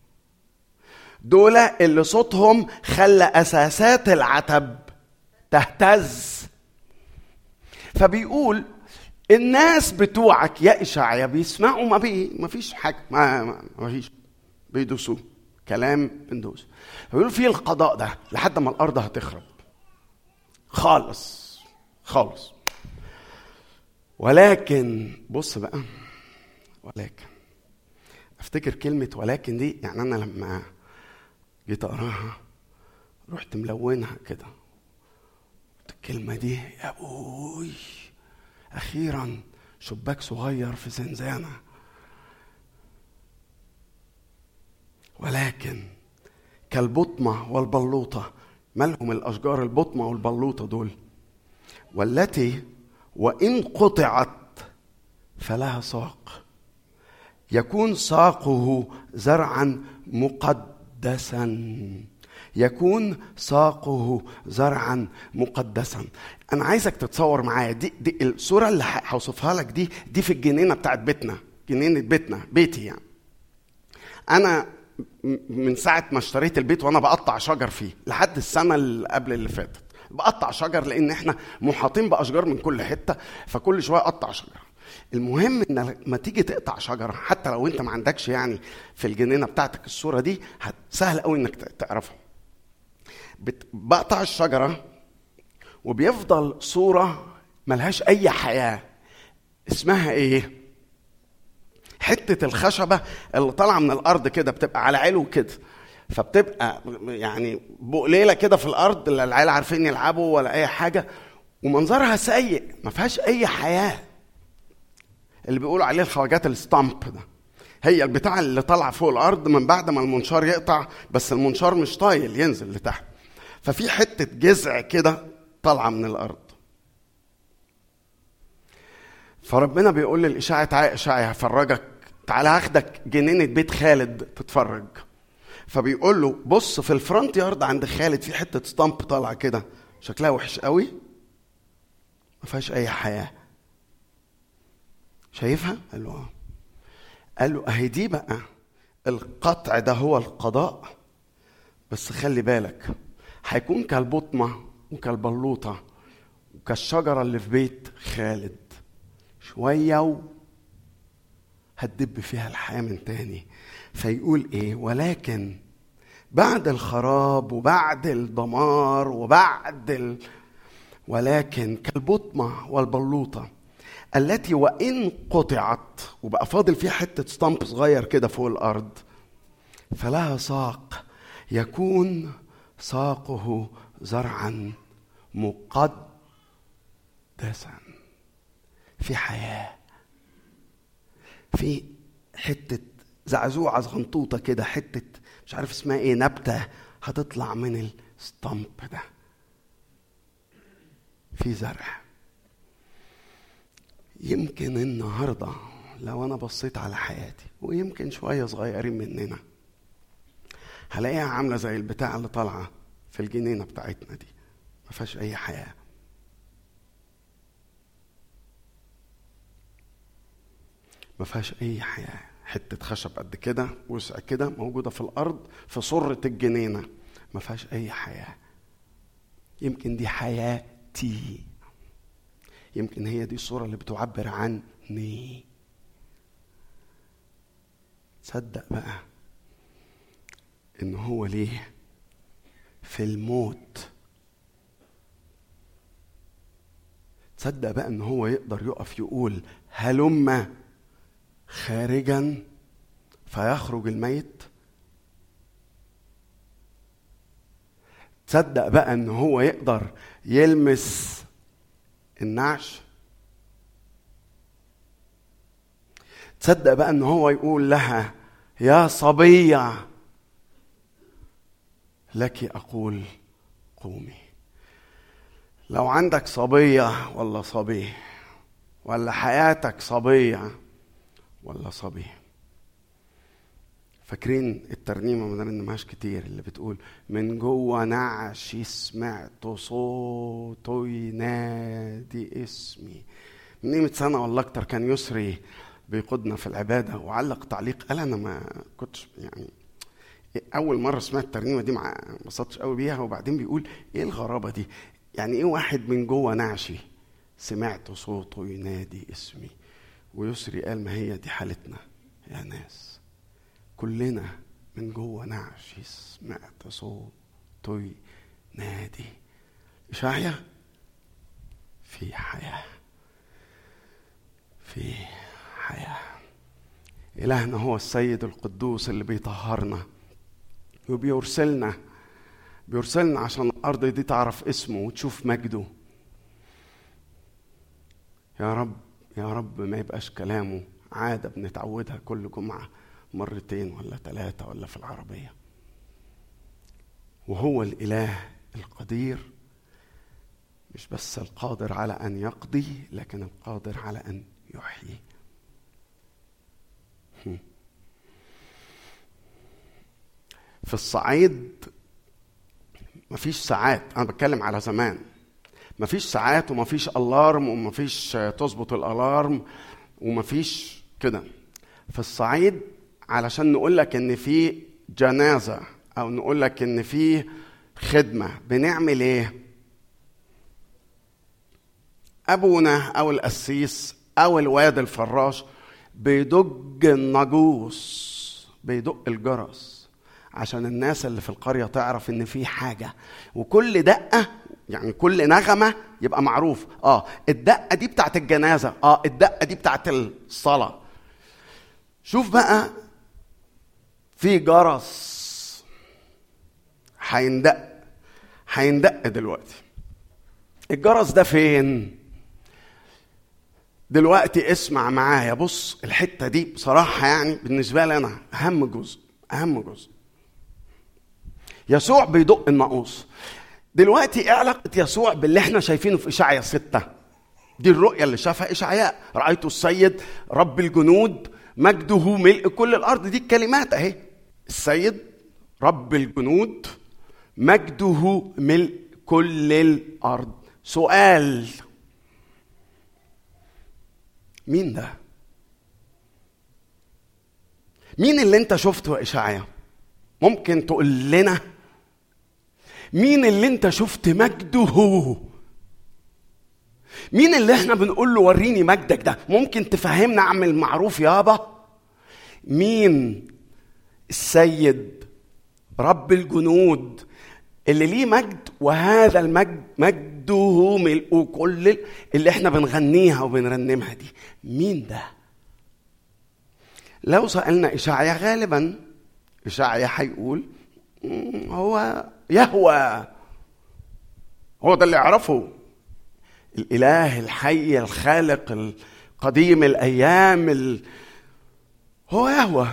Speaker 4: دول اللي صوتهم خلى أساسات العتب تهتز. فبيقول الناس بتوعك يا إشعياء بيسمعوا ما بي ما فيش حاجة، ما, ما, ما فيش، بيدوسوا كلام بندوس. فبيقول فيه القضاء ده لحد ما الأرض هتخرب خالص خالص. ولكن بص بقى، ولكن افتكر كلمة ولكن دي، يعني انا لما جيت اقراها رحت ملونها كده، الكلمة دي يا ابوي اخيرا شباك صغير في زنزانة. ولكن كالبطمة والبلوطة مالهم الأشجار البطمة والبلوطة دول؟ والتي وإن قطعت فلها ساق، يكون ساقه زرعا مقدسا، يكون ساقه زرعا مقدسا. أنا عايزك تتصور معايا دي, دي الصورة اللي هوصفها لك دي دي في الجنينة بتاعت بيتنا، جنينة بيتنا، بيتي يعني. أنا من ساعة ما اشتريت البيت وأنا بقطع شجر فيه لحد السنة اللي قبل اللي فاتت، بقطع شجر لأن إحنا محاطين بأشجار من كل حتة، فكل شوية أقطع شجر. المهم إن ما تيجي تقطع شجرة، حتى لو أنت ما عندكش يعني في الجنينة بتاعتك الصورة دي، سهل قوي إنك تعرفها. بقطع الشجرة وبيفضل صورة ملهاش أي حياة، اسمها إيه؟ حتة الخشبة اللي طالعة من الأرض كده، بتبقى على علو كده، فبتبقى يعني بقليلة كده في الأرض، لا العيال عارفين يلعبوا ولا أي حاجة، ومنظرها سيء، ما فيهاش أي حياة. اللي بيقولوا عليه الخواجات الستامب ده، هي البتاع اللي طالعة فوق الأرض من بعد ما المنشار يقطع، بس المنشار مش طايل ينزل لتحت، ففي حتة جذع كده طالعة من الأرض. فربنا بيقول للإشاعي تعالى إشاعي هفرجك، تعالى هاخدك جنينة بيت خالد تتفرج. فبيقول له بص في الفرونت يارد عند خالد في حتة ستامب طالعة كده شكلها وحش قوي، ما فيهاش أي حياة، شايفها؟ قال له آه. قال له أهي دي بقى القطع ده هو القضاء، بس خلي بالك هيكون كالبطمة وكالبلوطة وكالشجرة اللي في بيت خالد، شوية هتدب فيها الحياة من تاني. فيقول ايه؟ ولكن بعد الخراب وبعد الدمار وبعد ال... ولكن كالبطمة والبلوطة التي وإن قطعت، وبقى فاضل فيها حتة ستامب صغير كده فوق الأرض، فلها ساق، يكون ساقه زرعا مقدسا، في حياة، في حتة زعزوعة صغنطوطة كده، حتة مش عارف اسمها ايه، نبتة هتطلع من الستامب ده، في زرع. يمكن النهاردة لو أنا بصيت على حياتي، ويمكن شوية صغيرين مننا، هلاقيها عاملة زي البتاع اللي طالعة في الجنينة بتاعتنا دي، ما فيهاش أي حياة. ما فيهاش أي حياة، حتة خشب قد كده وسع كده موجودة في الأرض في صرة الجنينة، ما فيهاش أي حياة. يمكن دي حياتي، يمكن هي دي الصورة اللي بتعبر عني. تصدق بقى إن هو ليه في الموت، تصدق بقى إن هو يقدر يقف يقول هلم خارجا فيخرج الميت. تصدق بقى إن هو يقدر يلمس النعش. تصدق بقى إن هو يقول لها يا صبية لك أقول قومي. لو عندك صبية ولا صبي، ولا حياتك صبية ولا صبي، فاكرين الترنيمة ما نرنمهاش كتير اللي بتقول من جوه نعشي سمعت صوته ينادي اسمي. من قيمة سنة ولا أكتر كان يسري بيقودنا في العبادة وعلق تعليق، قال أنا ما كنتش يعني أول مرة سمعت الترنيمة دي ما انبسطتش قوي بيها، وبعدين بيقول إيه الغرابة دي؟ يعني إيه واحد من جوه نعشي سمعت صوته ينادي اسمي؟ ويسري قال ما هي دي حالتنا يا ناس، كلنا من جوه نعشي سمعت صوته ينادي. إشعيا في حياة، في حياة. إلهنا هو السيد القدوس اللي بيطهرنا وبيرسلنا بيرسلنا عشان الأرض دي تعرف اسمه وتشوف مجده. يا رب يا رب ما يبقاش كلامه عادة بنتعودها كل جمعة مرتين ولا ثلاثة ولا في العربية. وهو الإله القدير، مش بس القادر على أن يقضي، لكن القادر على أن يحيي. في الصعيد مفيش ساعات، أنا بتكلم على زمان، مفيش ساعات ومفيش ألارم ومفيش تظبط الألارم ومفيش كده. في الصعيد علشان نقولك إن في جنازة أو نقولك إن في خدمة بنعمل إيه؟ أبونا أو القسيس أو الواد الفراش بيدق الناجوس، بيدق الجرس عشان الناس اللي في القرية تعرف إن في حاجة. وكل دقة يعني كل نغمة يبقى معروف، آه الدقة دي بتاعت الجنازة، آه الدقة دي بتاعت الصلاة. شوف بقى، في جرس هيندق هيندق دلوقتي. الجرس ده فين دلوقتي؟ اسمع معايا، بص الحتة دي بصراحة يعني بالنسبة لي أنا أهم جزء أهم جزء. يسوع بيدق الناقوس دلوقتي. ايه علاقة يسوع باللي احنا شايفينه في إشعياء ستة؟ دي الرؤية اللي شافها إشعياء، رأيت السيد رب الجنود مجده ملء كل الأرض. دي الكلمات اهي، السيد رب الجنود مجده ملء كل الأرض. سؤال، مين ده؟ مين اللي انت شفته يا إشعياء؟ ممكن تقول لنا مين اللي انت شفت مجده؟ مين اللي احنا بنقول له وريني مجدك ده؟ ممكن تفهمنا؟ اعمل معروف يابا. مين السيد رب الجنود اللي ليه مجد، وهذا المجد مجده ملء كل اللي احنا بنغنيها وبنرنمها دي؟ مين ده؟ لو سألنا إشعياء غالبا إشعياء هيقول هو يهوه، هو ده اللي يعرفه، الإله الحي الخالق القديم الأيام ال... هو يهوه.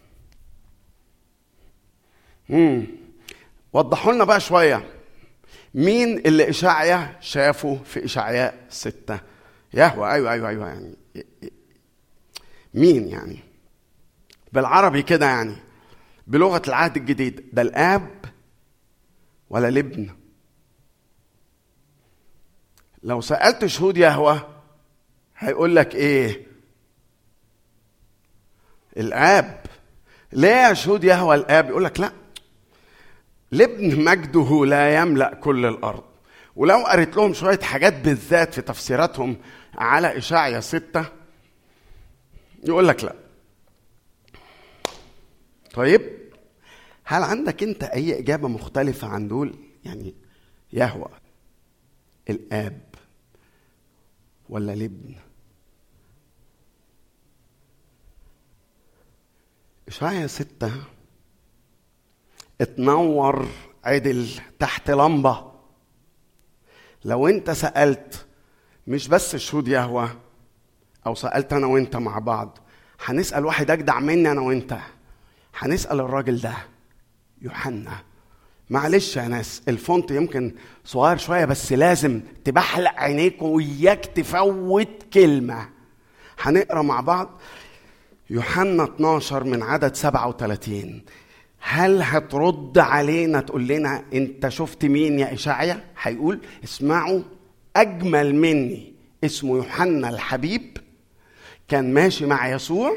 Speaker 4: امم وضحوا لنا بقى شوية، مين اللي إشعياء شافه في إشعياء ستة؟ يهوه. أيوة أيوة أيوة يعني مين يعني بالعربي كده، يعني بلغة العهد الجديد؟ ده الآب ولا الابن؟ لو سألت شهود يهوه هيقول لك ايه؟ الآب. ليه يا شهود يهوه الآب؟ يقول لك لا، الابن مجده لا يملأ كل الأرض. ولو قريت لهم شوية حاجات بالذات في تفسيراتهم على إشعياء ستة يقول لك لا. طيب هل عندك انت اي اجابة مختلفة عن دول؟ يعني يهوه الآب ولا الابن؟ إشعياء ستة اتنور عدل تحت لمبة. لو انت سألت مش بس شهود يهوه، او سألت انا وانت مع بعض، هنسأل واحد اجدع مني انا وانت، هنسأل الراجل ده يوحنا. معلش يا ناس الفونت يمكن صغير شوية، بس لازم تبحلق عينيك وياك تفوت كلمة. هنقرأ مع بعض يوحنا اتناشر من عدد سبعة وثلاثين. هل هترد علينا تقول لنا انت شفت مين يا إشعياء؟ هيقول اسمعوا، أجمل مني اسمه يوحنا الحبيب كان ماشي مع يسوع.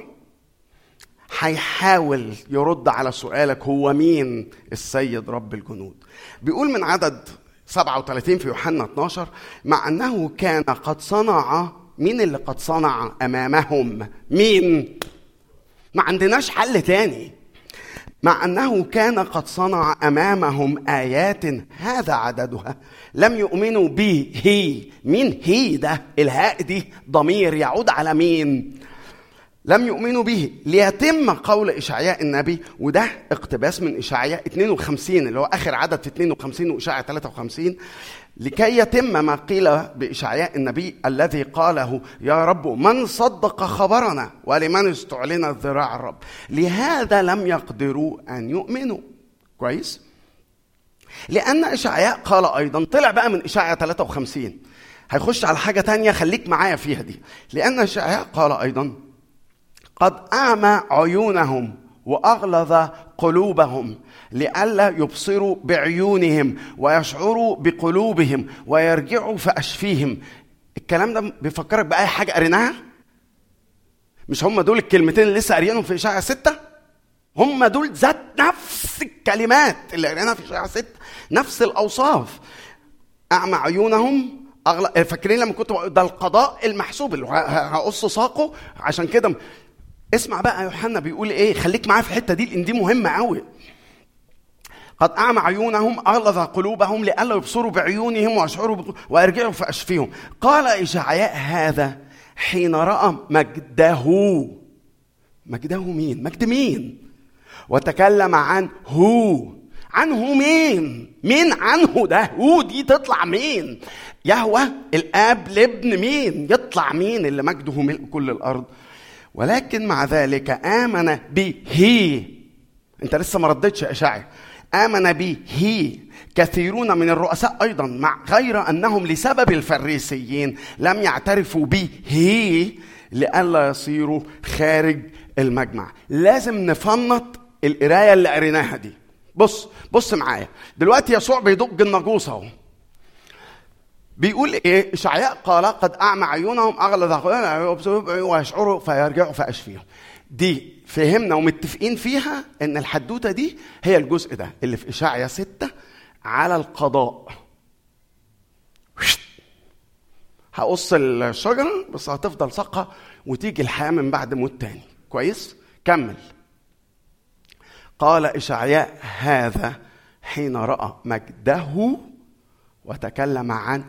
Speaker 4: هيحاول يرد على سؤالك هو مين السيد رب الجنود. بيقول من عدد سبعة وثلاثين في يوحنا اتناشر: مع أنه كان قد صنع. مين اللي قد صنع أمامهم؟ مين؟ ما عندناش حل تاني. مع أنه كان قد صنع أمامهم آيات هذا عددها لم يؤمنوا به. هي مين هي ده؟ الهاء دي ضمير يعود على مين؟ لم يؤمنوا به ليتم قول إشعياء النبي. وده اقتباس من إشعياء اثنين وخمسين اللي هو آخر عدد في اثنين وخمسين وإشعياء ثلاثة وخمسين. لكي يتم ما قيل بإشعياء النبي الذي قاله: يا رب من صدق خبرنا ولمن استعلنت ذراع الرب. لهذا لم يقدروا أن يؤمنوا. كويس؟ لأن إشعياء قال أيضا، طلع بقى من إشعياء ثلاثة وخمسين، هيخش على حاجة تانية خليك معايا فيها دي. لأن إشعياء قال أيضا قد أعمى عيونهم وأغلظ قلوبهم لئلا يبصروا بعيونهم ويشعروا بقلوبهم ويرجعوا فأشفيهم. الكلام ده بيفكرك بأي حاجة قريناها؟ مش هم دول الكلمتين اللي لسه قاريينهم في إشعياء ستة؟ هم دول ذات نفس الكلمات اللي قريناها في إشعياء ستة، نفس الأوصاف. أعمى عيونهم أغلى. فاكرين لما كنت بقول ده القضاء المحسوب اللي هقص ساقه؟ عشان كده اسمع بقى يوحنا بيقول ايه، خليك معايا في الحته دي لان دي مهمه قوي. قد اعمى عيونهم اغلظ قلوبهم لئلا يبصروا بعيونهم ويشعروا ويرجعوا فاشفيهم. قال إشعياء هذا حين راى مجده. مجده مين؟ مجد مين؟ وتكلم عنه. عنه مين؟ مين عنه ده؟ هو دي تطلع مين؟ يهوه الاب لابن مين؟ يطلع مين اللي مجده ملء كل الارض؟ ولكن مع ذلك آمن به. انت لسه ما ردتش يا إشعياء. آمن به كثيرون من الرؤساء أيضا، مع غير أنهم لسبب الفريسيين لم يعترفوا به لئلا يصيروا خارج المجمع. لازم نفنط القراية اللي قريناها دي. بص بص معايا دلوقتي، يسوع بيدق الناقوس اهو. بيقول ايه؟ إشعياء قال قد أعمى عيونهم أغلظ قلوبهم ويشعروا فيرجعوا فأشفيهم. دي فهمنا ومتفقين فيها ان الحدوته دي هي الجزء ده اللي في إشعياء ستة على القضاء. هقص الشجره بس هتفضل ساقه وتيجي الحياه من بعد موت تاني. كويس؟ كمل. قال إشعياء هذا حين رأى مجده وتكلم عنه.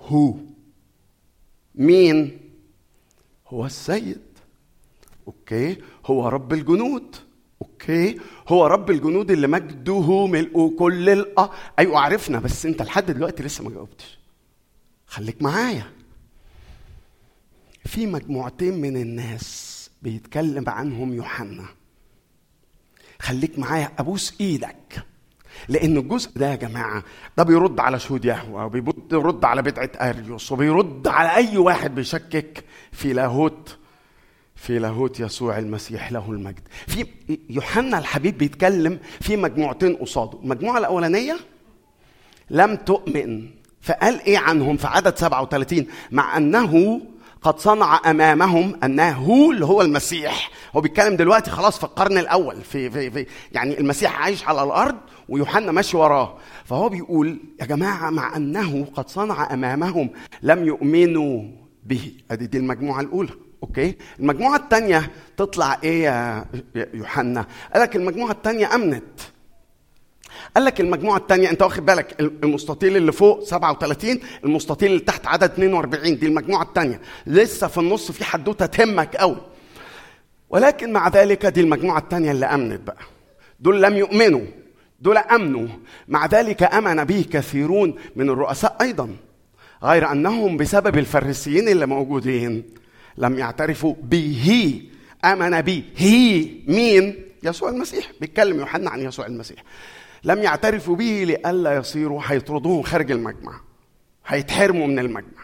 Speaker 4: مين؟ هو السيد. اوكي، هو رب الجنود. اوكي، هو رب الجنود اللي مجده ملء كل الأ. ايوه عرفنا، بس انت لحد دلوقتي لسه ما جاوبتش. خليك معايا. في مجموعتين من الناس بيتكلم عنهم يوحنا. خليك معايا، ابوس ايدك، لان الجزء ده يا جماعه ده بيرد على شهود يهوه، وبيرد على بدعه اريوس، وبيرد على اي واحد بيشكك في لاهوت في لاهوت يسوع المسيح له المجد. في يوحنا الحبيب بيتكلم في مجموعتين قصاده. المجموعه الاولانيه لم تؤمن، فقال ايه عنهم في عدد سبعة وثلاثين؟ مع انه قد صنع امامهم انه اللي هو المسيح. هو بيتكلم دلوقتي خلاص في القرن الاول، في, في, في يعني المسيح عايش على الارض ويوحنا ماشي وراه. فهو بيقول يا جماعه مع انه قد صنع امامهم لم يؤمنوا به. ادي دي المجموعه الاولى. اوكي، المجموعه الثانيه تطلع ايه يا يوحنا؟ قال لك المجموعه الثانيه امنت. قال لك المجموعه الثانيه، انت واخد بالك المستطيل اللي فوق سبعة وثلاثين، المستطيل اللي تحت عدد اثنين وأربعين، دي المجموعه الثانيه. لسه في النص في حدوته تهمك قوي. ولكن مع ذلك دي المجموعه الثانيه اللي امنت بقى. دول لم يؤمنوا، دول امنوا. مع ذلك امن به كثيرون من الرؤساء ايضا، غير انهم بسبب الفريسيين اللي موجودين لم يعترفوا به. امن به مين؟ يسوع المسيح. بيتكلم يوحنا عن يسوع المسيح. لم يعترفوا به لئلا يصيروا، هيطردوهم خارج المجمع، هيتحرموا من المجمع.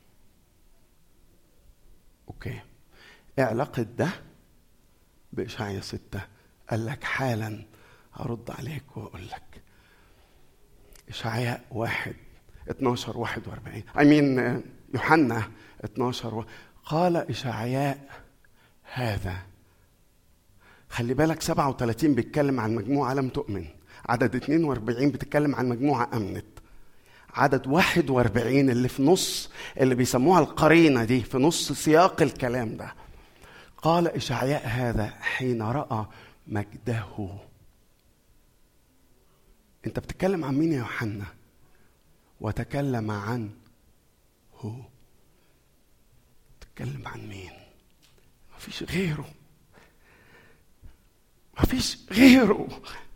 Speaker 4: اوكي، ايه علاقه ده بإشعياء ستة؟ قال لك حالا هرد عليك واقول لك. إشعياء واحد اتناشر واحد وأربعين، I mean يوحنا اتناشر و... قال إشعياء هذا. خلي بالك سبعة وثلاثين بيتكلم عن مجموعة لم تؤمن، عدد اثنين وأربعين بتتكلم عن مجموعة أمنت، عدد واحد وأربعين اللي في نص اللي بيسموها القرينة دي في نص سياق الكلام ده. قال إشعياء هذا حين رأى مجده. انت بتتكلم عن مين يا يوحنا؟ وتكلم عنه. تتكلم عن مين؟ مفيش غيره، مفيش غيره.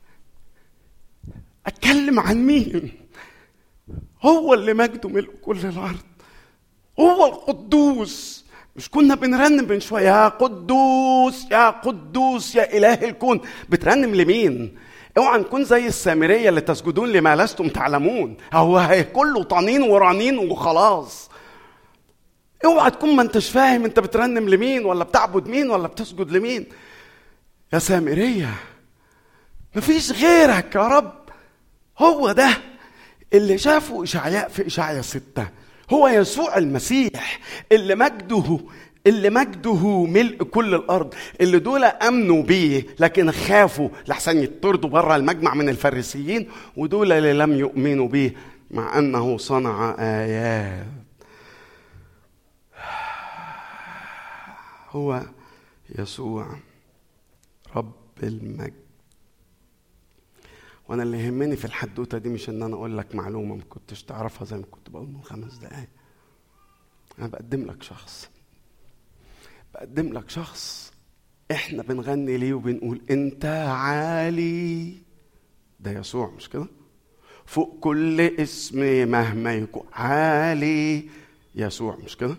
Speaker 4: اتكلم عن مين؟ هو اللي مجده ملء كل الارض، هو القدوس. مش كنا بنرنم من شويه يا قدوس يا قدوس يا اله الكون؟ بترنم لمين؟ اوعى نكون زي السامرية اللي تسجدون لما لستم تعلمون. هو كله طنين ورنين وخلاص. اوعى تكون ما انتش فاهم انت بترنم لمين ولا بتعبد مين ولا بتسجد لمين. يا سامرية مفيش غيرك يا رب. هو ده اللي شافه إشعياء في إشعياء ستة. هو يسوع المسيح اللي مجده اللي مجده ملء كل الأرض، اللي دول أمنوا بيه لكن خافوا لحسن يطردوا برا المجمع من الفريسيين، ودول اللي لم يؤمنوا بيه مع أنه صنع آيات. هو يسوع رب المجد. وانا اللي يهمني في الحدوته دي مش ان انا اقول لك معلومه ما كنتش تعرفها زي ما كنت بقول من خمس دقايق. انا بقدم لك شخص بقدم لك شخص احنا بنغني ليه وبنقول انت عالي. ده يسوع مش كده؟ فوق كل اسم مهما يكون عالي. يسوع مش كده؟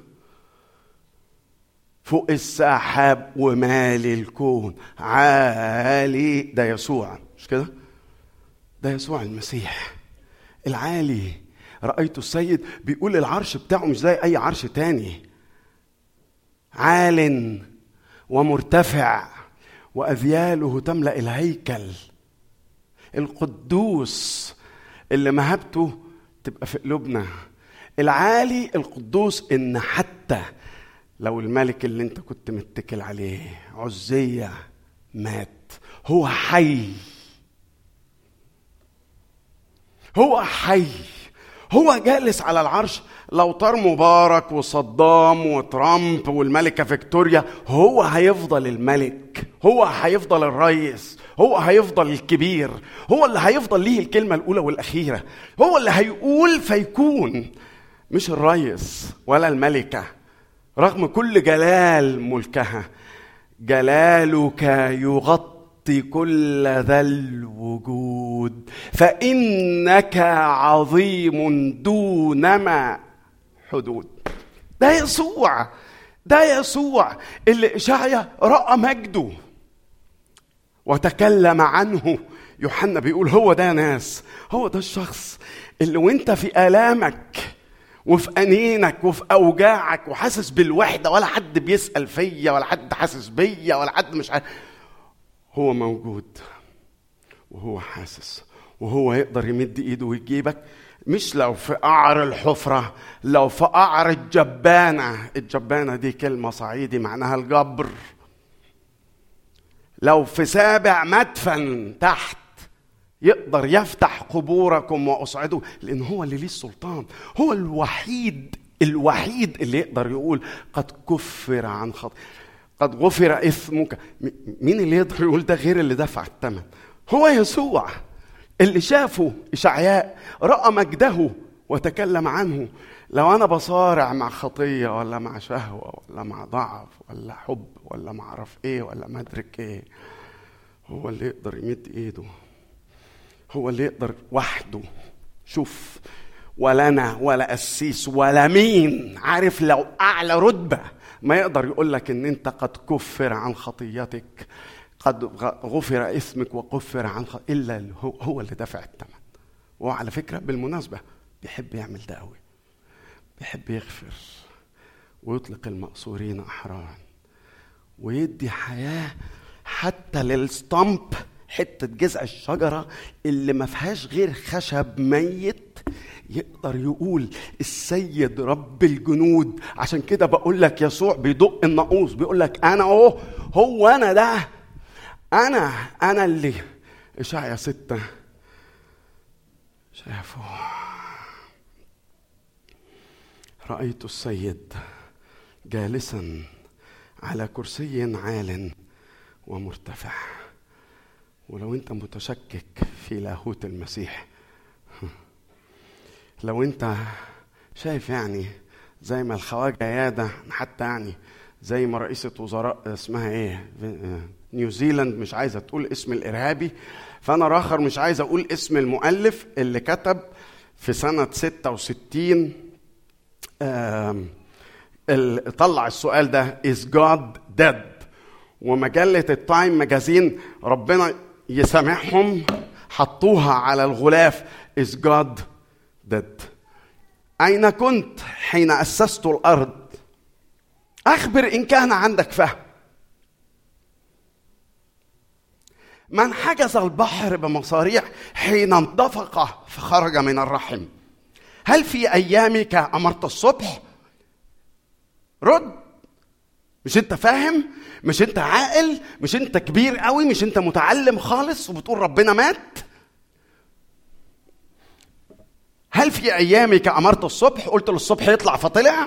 Speaker 4: فوق السحاب ومالي الكون عالي. ده يسوع مش كده؟ ده يسوع المسيح العالي. رأيت السيد بيقول العرش بتاعه مش زي أي عرش تاني، عال ومرتفع وأذياله تملأ الهيكل. القدوس اللي مهبته تبقى في قلوبنا، العالي القدوس، إن حتى لو الملك اللي انت كنت متكل عليه عزية مات، هو حي. هو حي. هو جالس على العرش. لو طار مبارك وصدام وترامب والملكة فيكتوريا، هو هيفضل الملك، هو هيفضل الرئيس، هو هيفضل الكبير، هو اللي هيفضل ليه الكلمة الأولى والأخيرة، هو اللي هيقول فيكون، مش الرئيس ولا الملكة. رغم كل جلال ملكها، جلالك يغطي كل ذا الوجود، فإنك عظيم دونما حدود. ده يسوع، ده يسوع اللي إشعياء رأى مجده وتكلم عنه. يوحنا بيقول هو ده ناس، هو ده الشخص اللي وانت في آلامك وفي أنينك وفي أوجاعك وحاسس بالوحدة، ولا حد بيسأل فيا ولا حد حاسس بيا ولا حد مش عارف، هو موجود وهو حاسس، وهو يقدر يمد إيده ويجيبك. مش لو في قعر الحفرة، لو في قعر الجبانة. الجبانة دي كلمة صعيدي معناها الجبر. لو في سابع مدفن تحت، يقدر يفتح قبوركم وأصعده، لأن هو اللي ليه السلطان. هو الوحيد الوحيد اللي يقدر يقول قد كفر عن خطأ، قد غفر إثمك. مين اللي يقدر يقول ده غير اللي دفع الثمن؟ هو يسوع اللي شافه إشعياء، رأى مجده وتكلم عنه. لو أنا بصارع مع خطية ولا مع شهوة ولا مع ضعف ولا حب ولا معرف إيه ولا مدرك إيه، هو اللي يقدر يمد إيده، هو اللي يقدر وحده. شوف، ولا أنا ولا أسيس ولا مين عارف لو أعلى رتبة ما يقدر يقول لك إن أنت قد كفر عن خطيتك، قد غفر اسمك وكفر عن خطيتك، إلا هو, هو اللي دفع الثمن. وعلى فكرة بالمناسبة بيحب يعمل ده قوي، بيحب يغفر ويطلق المقصورين أحرارا ويدي حياة حتى للستامب، حتة جذع الشجرة اللي ما فيهاش غير خشب ميت، يقدر يقول السيد رب الجنود. عشان كده بقول لك يسوع بيدق الناقوس، بيقول لك أنا أهو، هو أنا ده، أنا أنا اللي إشعياء ستة شافه. رأيت السيد جالسا على كرسي عال ومرتفع. ولو انت متشكك في لاهوت المسيح، لو انت شايف يعني زي ما الخواجة يادا، حتى يعني زي ما رئيسة وزراء اسمها ايه نيوزيلاند مش عايزة تقول اسم الإرهابي، فأنا راخر مش عايز أقول اسم المؤلف اللي كتب في سنة ستة وستين طلع السؤال ده: Is God dead؟ ومجلة التايم ماجازين ربنا يسامحهم حطوها على الغلاف is God dead. أين كنت حين أسست الأرض؟ أخبر إن كان عندك فهم. من حجز البحر بمصاريع حين انطفق فخرج من الرحم؟ هل في أيامك أمرت الصبح؟ رد. مش أنت فاهم؟ مش أنت عاقل؟ مش أنت كبير قوي؟ مش أنت متعلم خالص وبتقول ربنا مات؟ هل في أيامك أمرت الصبح؟ قلت للصبح يطلع فطلع؟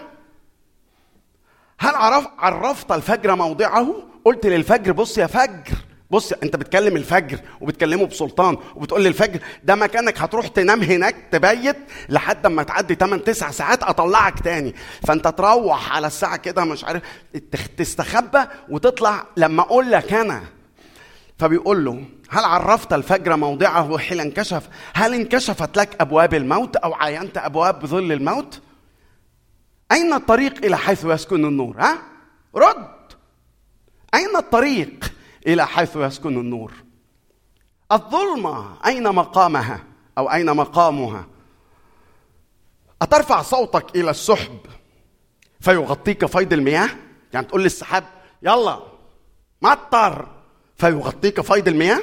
Speaker 4: هل عرف عرفت الفجر موضعه؟ قلت للفجر بص يا فجر، بص انت بتكلم الفجر وبتكلمه بسلطان وبتقول للفجر ده مكانك، هتروح تنام هناك تبيت لحد ما تعدي ثمانية تسعة ساعات اطلعك تاني. فانت تروح على الساعه كده مش عارف تستخبى وتطلع لما اقول لك انا. فبيقول له هل عرفت الفجر موضعه حين انكشف؟ هل انكشفت لك ابواب الموت او عاينت ابواب ظل الموت؟ اين الطريق الى حيث يسكن النور؟ ها رد. اين الطريق إلى حيث يسكن النور؟ الظلمة أين مقامها أو أين مقامها؟ أترفع صوتك إلى السحب فيغطيك فيض المياه؟ يعني تقول للسحاب يلا مطر فيغطيك فيض المياه؟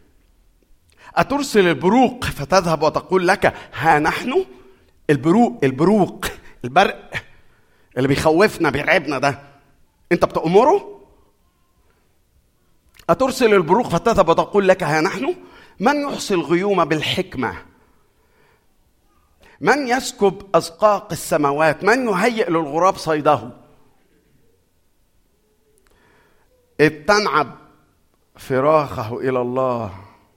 Speaker 4: أترسل البروق فتذهب وتقول لك ها نحن؟ البروق البروق البرق اللي بيخوفنا بيرعبنا ده أنت بتأمره؟ أترسل البروق فتذهب وتقول لك ها نحن؟ من يحصي الغيوم بالحكمة؟ من يسكب أزقاق السماوات؟ من يهيئ للغراب صيده؟ إذ تنعب فراخه إلى الله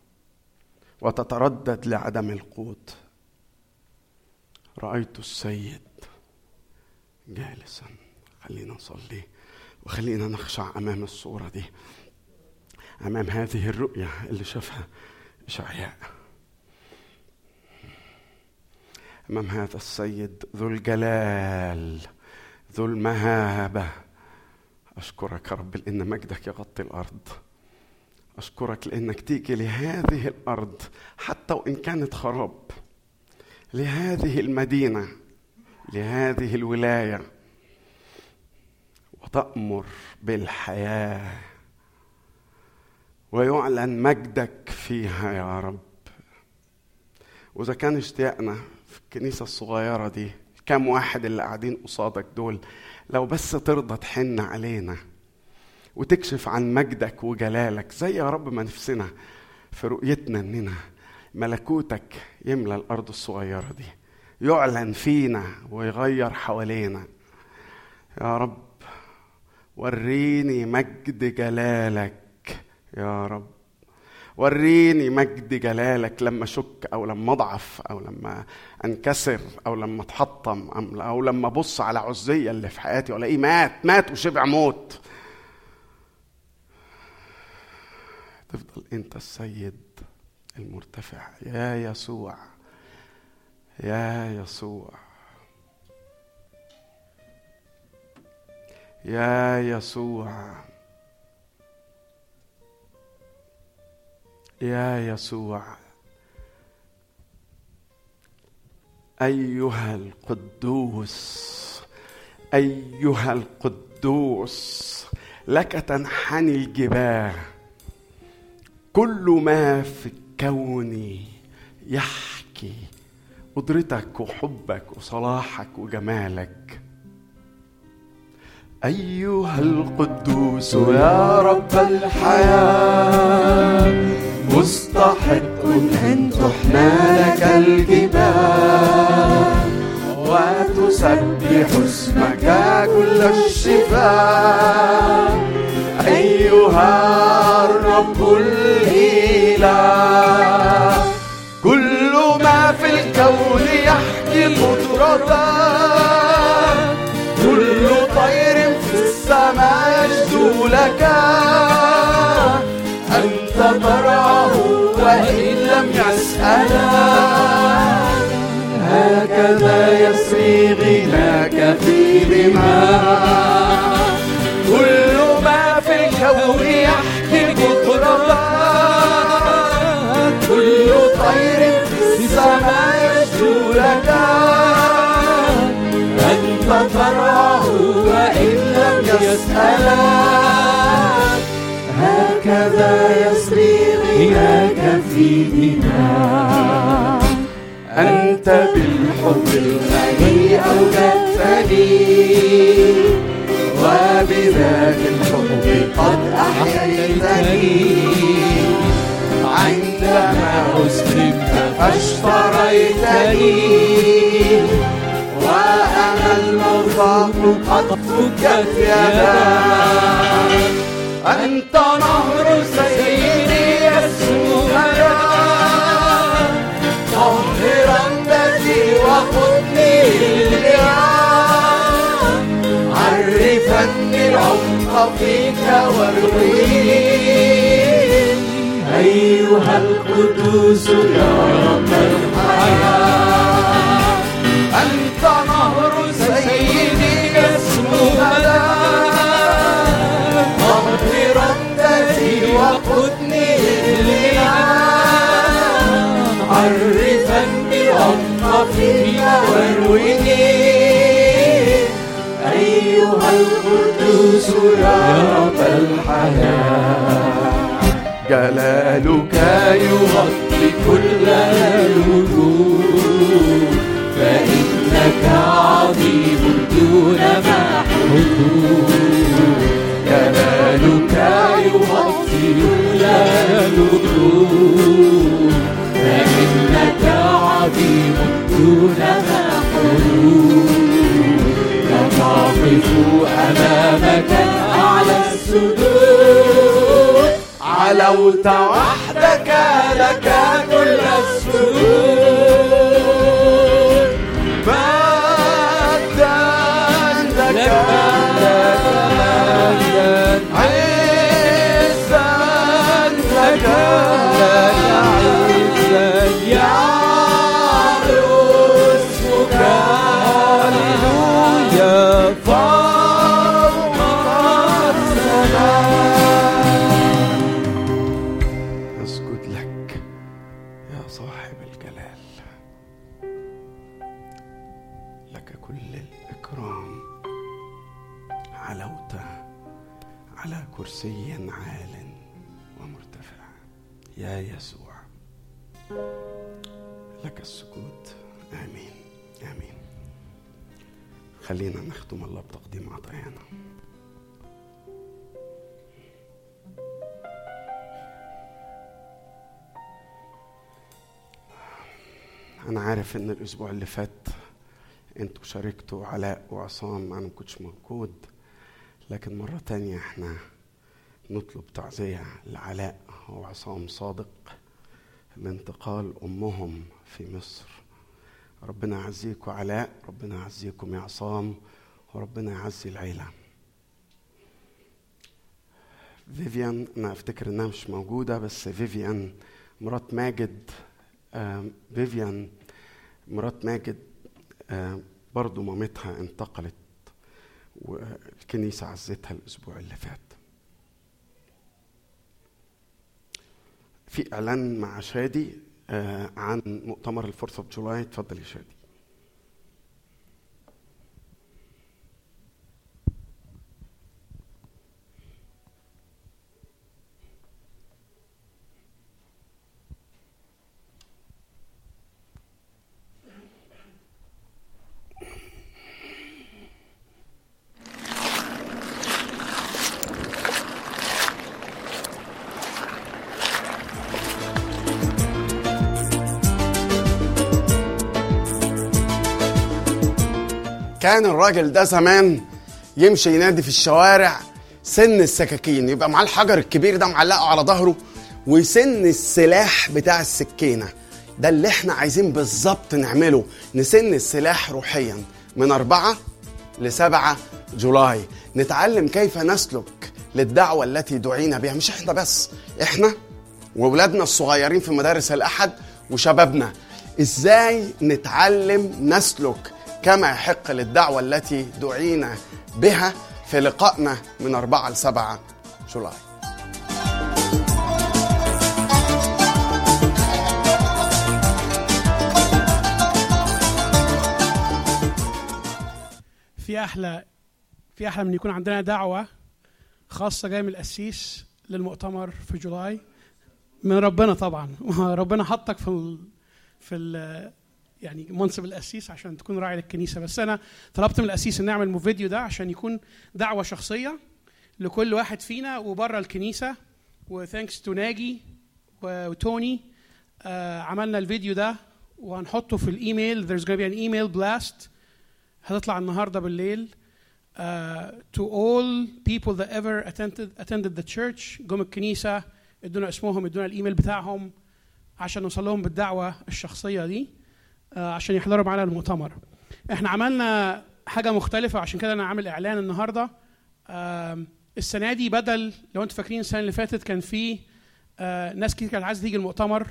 Speaker 4: وتتردد لعدم القوت. رأيت السيد جالسا. خلينا نصلي وخلينا نخشع أمام الصورة دي، أمام هذه الرؤية اللي شافها إشعياء، أمام هذا السيد ذو الجلال ذو المهابة. أشكرك يا رب لأن مجدك يغطي الأرض. أشكرك لأنك تيجي لهذه الأرض حتى وإن كانت خراب، لهذه المدينة لهذه الولاية، وتأمر بالحياة ويعلن مجدك فيها يا رب. وإذا كان اشتياقنا في الكنيسة الصغيرة دي كم واحد اللي قاعدين قصادك دول لو بس ترضى تحن علينا وتكشف عن مجدك وجلالك، زي يا رب ما نفسنا في رؤيتنا اننا ملكوتك يملى الأرض الصغيرة دي، يعلن فينا ويغير حوالينا يا رب. وريني مجد جلالك يا رب، وريني مجد جلالك لما شك أو لما أضعف أو لما أنكسر أو لما أتحطم أو لما أبص على عزية اللي في حياتي ولاقيه مات مات وشبع موت. تفضل أنت السيد المرتفع يا يسوع يا يسوع يا يسوع يا يسوع. أيها القدوس أيها القدوس لك تنحني الجباه، كل ما في الكون يحكي قدرتك وحبك وصلاحك وجمالك. أيها القدوس يا رب الحياة، مستحق أن تحنى لك الجبال وتسبح اسمك كل الشفاء. أيها الرب الإله، كل ما في الكون يحكي قدرتك، كل طير في السماء يشدو لك. أنت ترعاه وإن لم يسألك، هكذا يسري غناك في دماء. كل ما في الكون يحكي قدرتك،
Speaker 2: هكذا يسري غناك في دماء. أنت بالحب الغني أوجدتني، وبذاك الحب قد أحييتني. عندما أسلمت فاشتريتني، وأنا المرفق قد فكت يداك. أنت نهر سيدي يسمو مياه، طهرا ذاتي وخذني للمياه. عرفني العمق فيك وارويني، أيها القدوس يا رب الحياة. أنت نهر سيدي يسمو مياه، طهرا ذاتي وخذني للمياه. عرفني العمق فيك وارويني، أيها القدوس يا رب الحياة. جلالك يغطي كل الوجود، فإنك عظيم دون ما حدود. جلالك يغطي كل الوجود، فإنك عظيم دون ما حدود. نقف أمامك على السجود، علوت وحدك لك كل السجود. مجدا لك، عزا لك، يعلو اسمك. هللويا فوق السماء.
Speaker 4: أسجد لك يا صاحب الجلال، لك كل الإكرام. علوت على كرسي عال ومرتفع يا يسوع، لك السجود. آمين آمين. خلينا نختم الله بتقديم عطايانا. أنا عارف إن الأسبوع اللي فات أنتوا شاركتوا علاء وعصام، أنا ما كنتش موجود، لكن مرة تانية إحنا نطلب تعزية لعلاء وعصام صادق لانتقال أمهم في مصر. ربنا يعزيكم علاء، ربنا يعزيكم يا عصام، وربنا يعزي العيلة. فيفيان أنا أفتكر إنها مش موجودة، بس فيفيان مرات ماجد، آه فيفيان مرات ماجد آه برضو مامتها انتقلت والكنيسة عزتها الأسبوع اللي فات. في إعلان مع شادي آه عن مؤتمر الفورث اوف جولاي. اتفضل يا شادي. كان الراجل ده زمان يمشي ينادي في الشوارع سن السكاكين، يبقى معاه الحجر الكبير ده معلقه على ظهره ويسن السلاح بتاع السكينة. ده اللي احنا عايزين بالظبط نعمله، نسن السلاح روحيا من أربعة لسبعة جولاي. نتعلم كيف نسلك للدعوة التي دعينا بها، مش احنا بس، احنا وولادنا الصغيرين في مدارس الأحد وشبابنا. ازاي نتعلم نسلك كما يحق للدعوة التي دعينا بها في لقائنا من أربعة لسبعة جولاي.
Speaker 1: في أحلى في أحلى من يكون عندنا دعوة خاصة جاية من القسيس للمؤتمر في جولاي من ربنا طبعا. ربنا حطك في ال في ال يعني منصب القسيس عشان تكون راعي للكنيسة، بس أنا طلبت من القسيس إن نعمل فيديو ده عشان يكون دعوة شخصية لكل واحد فينا وبره الكنيسة. وثانكس تو ناجي وتوني آه عملنا الفيديو ده وهنحطه في الإيميل. There's going to be an email blast هتطلع النهاردة بالليل uh, to all people that ever attended attended the church. جم الكنيسة ادونا اسمهم ادونا الإيميل بتاعهم عشان نوصل لهم بالدعوة الشخصية دي uh, عشان يحضروا معنا المؤتمر. احنا عملنا حاجة مختلفة عشان كده أنا عامل إعلان النهاردة. uh, السنة دي بدل لو أنتوا فاكرين السنة اللي فاتت كان في uh, ناس كتير كانت عايزة تيجي المؤتمر،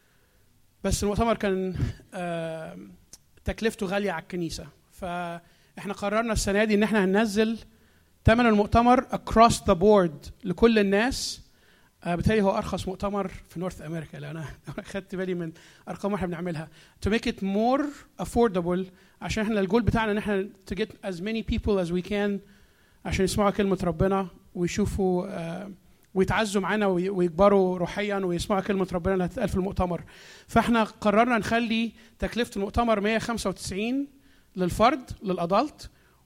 Speaker 1: بس المؤتمر كان uh, تكلفته غالية على الكنيسة، فإحنا قررنا السنة دي إن إحنا هننزل ثمن المؤتمر across the board لكل الناس. آه بالتالي هو أرخص مؤتمر في نورث أمريكا، لأن أنا خدت بالي من أرقام إحنا بنعملها to make it more affordable، عشان إحنا الجول بتاعنا إن إحنا to get as many people as we can عشان يسمعوا كلمة ربنا ويشوفوا آه ويتعزوا معانا ويكبروا روحيا ويسمعوا كلمة ربنا اللي هتتقال في المؤتمر. فإحنا قررنا نخلي تكلفة المؤتمر مية وخمسة وتسعين للفرد للأدلت،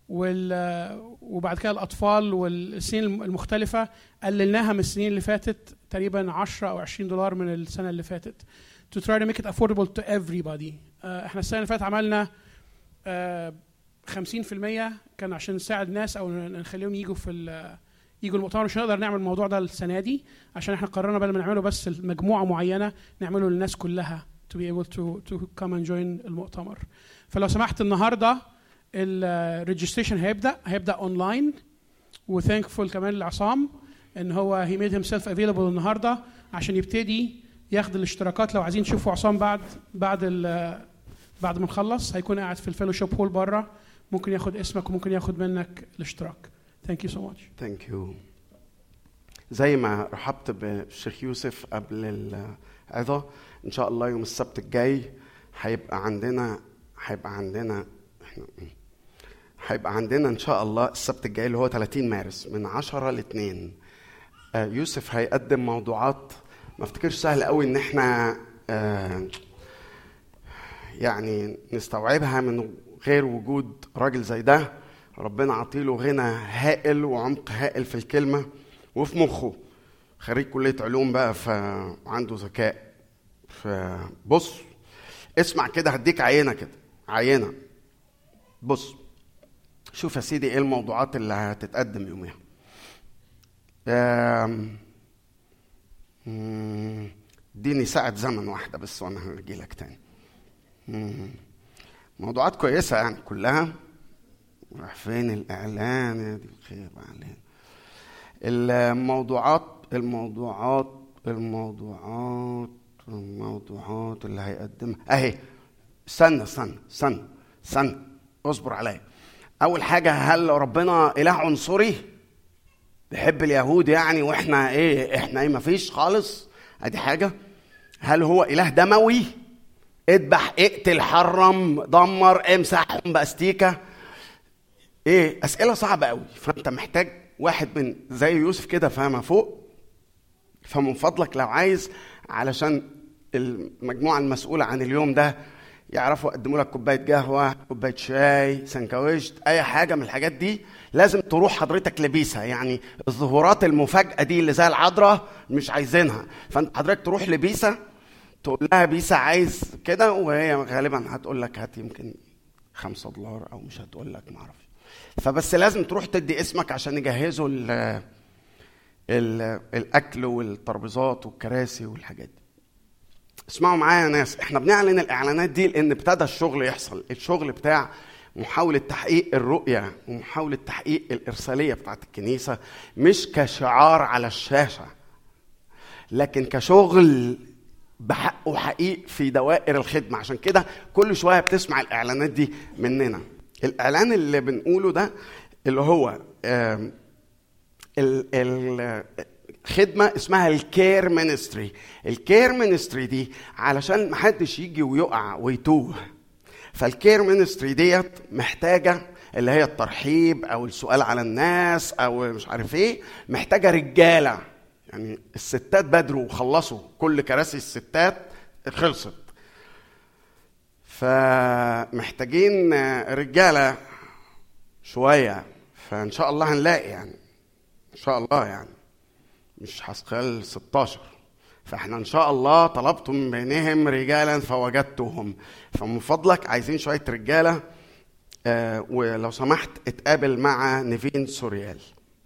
Speaker 1: وبعد كده الأطفال والسنين المختلفة قللناها من السنين اللي فاتت تقريبا عشرة أو عشرين دولار من السنة اللي فاتت to try to make it affordable to everybody. احنا السنة اللي فاتت عملنا خمسين في المية كان عشان نساعد ناس أو نخليهم يجوا في يجوا المؤتمر. مش هنقدر نعمل الموضوع ده السنة دي عشان احنا قررنا بدل ما نعمله بس مجموعة معينة نعمله للناس كلها to be able to to come and join المؤتمر. فلو سمحت النهارده الريجستريشن هيبدا هيبدا اونلاين، وثانكفول كمان لعصام ان هو هي ميد هيم سيلف افيلبل النهارده عشان يبتدي ياخد الاشتراكات. لو عايزين تشوفوا عصام بعد بعد بعد ما نخلص هيكون قاعد في الفيلوشيب هول بره، ممكن ياخد اسمك وممكن ياخد منك الاشتراك. ثانك يو سو ماتش.
Speaker 4: ثانك يو. زي ما رحبت بالشيخ يوسف قبل العظة، ان شاء الله يوم السبت الجاي هيبقى عندنا هيبقى عندنا احنا هيبقى عندنا ان شاء الله السبت الجاي اللي هو ثلاثين مارس من عشرة ل اثنين. آه يوسف هيقدم موضوعات ما افتكرش سهل قوي ان احنا آه يعني نستوعبها من غير وجود راجل زي ده. ربنا عطيله غنى هائل وعمق هائل في الكلمة وفي مخه، خريج كلية علوم بقى فعنده ذكاء. فبص اسمع كده، هديك عينة كده عينة. بص شوف يا سيدي ايه الموضوعات اللي هتتقدم يوميها. اديني ساعة زمن واحدة بس وانا هرجي لك تاني. موضوعات كويسة يعني كلها. راح فين الاعلان يا دي الخير علينا؟ الموضوعات الموضوعات الموضوعات الموضوعات اللي هيقدمها اهي. استنى استنى استنى استنى اصبر عليا. اول حاجه، هل ربنا اله عنصري بيحب اليهود يعني واحنا ايه احنا ايه مفيش خالص؟ ادي حاجه. هل هو اله دموي اذبح اقتل حرم دمر امسحهم باستيكه؟ ايه اسئله صعبه قوي. فانت محتاج واحد من زي يوسف كده فاهمه فوق. فمن فضلك لو عايز علشان المجموعه المسؤوله عن اليوم ده يعرفوا يقدموا لك كوبايه قهوه كوبايه شاي سندوتش اي حاجه من الحاجات دي، لازم تروح حضرتك لبيسا. يعني الظهورات المفاجاه دي اللي زي العذراء مش عايزينها، فانت حضرتك تروح لبيسا تقول لها بيسا عايز كده، وهي غالبا هتقول لك هات يمكن خمسة دولار او مش هتقول لك ما اعرفش. فبس لازم تروح تدي اسمك عشان يجهزوا ال ال الاكل والترابيزات والكراسي والحاجات دي. اسمعوا معايا يا ناس، احنا بنعلن الاعلانات دي لان ابتدى الشغل يحصل، الشغل بتاع محاولة تحقيق الرؤية ومحاولة تحقيق الإرسالية بتاعت الكنيسة، مش كشعار على الشاشة لكن كشغل بحق وحقيق في دوائر الخدمة. عشان كده كل شوية بتسمع الإعلانات دي مننا. الإعلان اللي بنقوله ده اللي هو الخدمة اسمها الكير مينستري. الكير مينستري دي علشان محدش يجي ويقع ويتوه، فالكير مينستري ديت محتاجة اللي هي الترحيب او السؤال على الناس او مش عارف ايه، محتاجه رجاله. يعني الستات بدروا وخلصوا كل كراسي الستات خلصت، فمحتاجين رجاله شويه. فان شاء الله هنلاقي، يعني ان شاء الله، يعني مش حسقال ستاشر. فاحنا ان شاء الله طلبتم من بينهم رجالا فوجدتهم. فمن فضلك عايزين شويه رجاله، آه ولو سمحت اتقابل مع نيفين سوريال.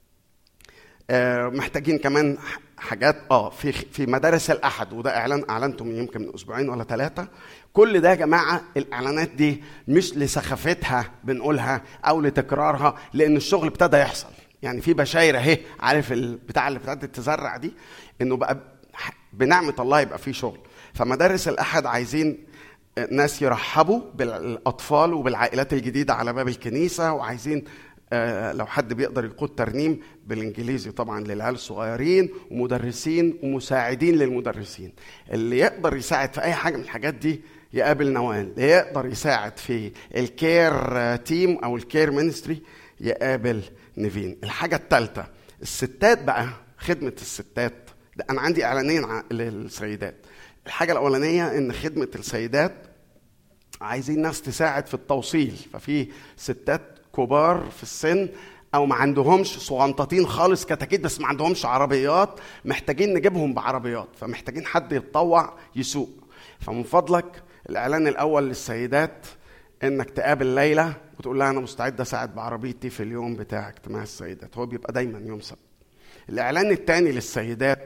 Speaker 4: آه محتاجين كمان حاجات اه في في مدارس الاحد، وده اعلان اعلنتم يمكن من اسبوعين ولا ثلاثه. كل ده يا جماعه الاعلانات دي مش لسخافتها بنقولها او لتكرارها، لان الشغل ابتدى يحصل. يعني في بشاير اهي، عارف البتاع اللي ابتدت تزرع دي، انه بقى بنعمه الله يبقى في شغل. فمدارس الاحد عايزين ناس يرحبوا بالاطفال وبالعائلات الجديده على باب الكنيسه، وعايزين آه لو حد بيقدر يقود ترنيم بالانجليزي طبعا للعيال الصغيرين، ومدرسين ومساعدين للمدرسين. اللي يقدر يساعد في اي حاجه من الحاجات دي يقابل نوال. اللي يقدر يساعد في الكير تيم او الكير مينستري يقابل نيفين. الحاجه الثالثه الستات بقى، خدمه الستات. ده انا عندي اعلانين للسيدات. الحاجه الاولانيه ان خدمه السيدات عايزين ناس تساعد في التوصيل. ففي ستات كبار في السن او ما عندهمش، صغنطتين خالص كتاكيت بس ما عندهمش عربيات، محتاجين نجيبهم بعربيات، فمحتاجين حد يتطوع يسوق. فمن فضلك الاعلان الاول للسيدات انك تقابل ليلى وتقول لها انا مستعد اساعد بعربيتي في اليوم بتاع اجتماع السيدات. هو بيبقى دايما يوم سبت. الاعلان الثاني للسيدات،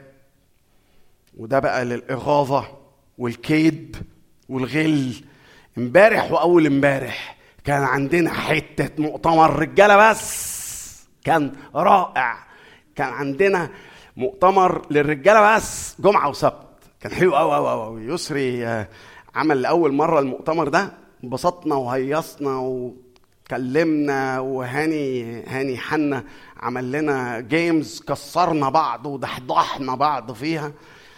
Speaker 4: وده بقى للاغاظه والكيد والغل. امبارح واول امبارح كان عندنا حته مؤتمر رجاله بس، كان رائع. كان عندنا مؤتمر للرجاله بس جمعه وسبت، كان حلو قوي قوي قوي. يسري عمل لاول مره المؤتمر ده، انبسطنا وهيصنا وكلمنا، وهاني هاني حنا عمل لنا جيمز، كسرنا بعض وضحضحنا بعض فيها.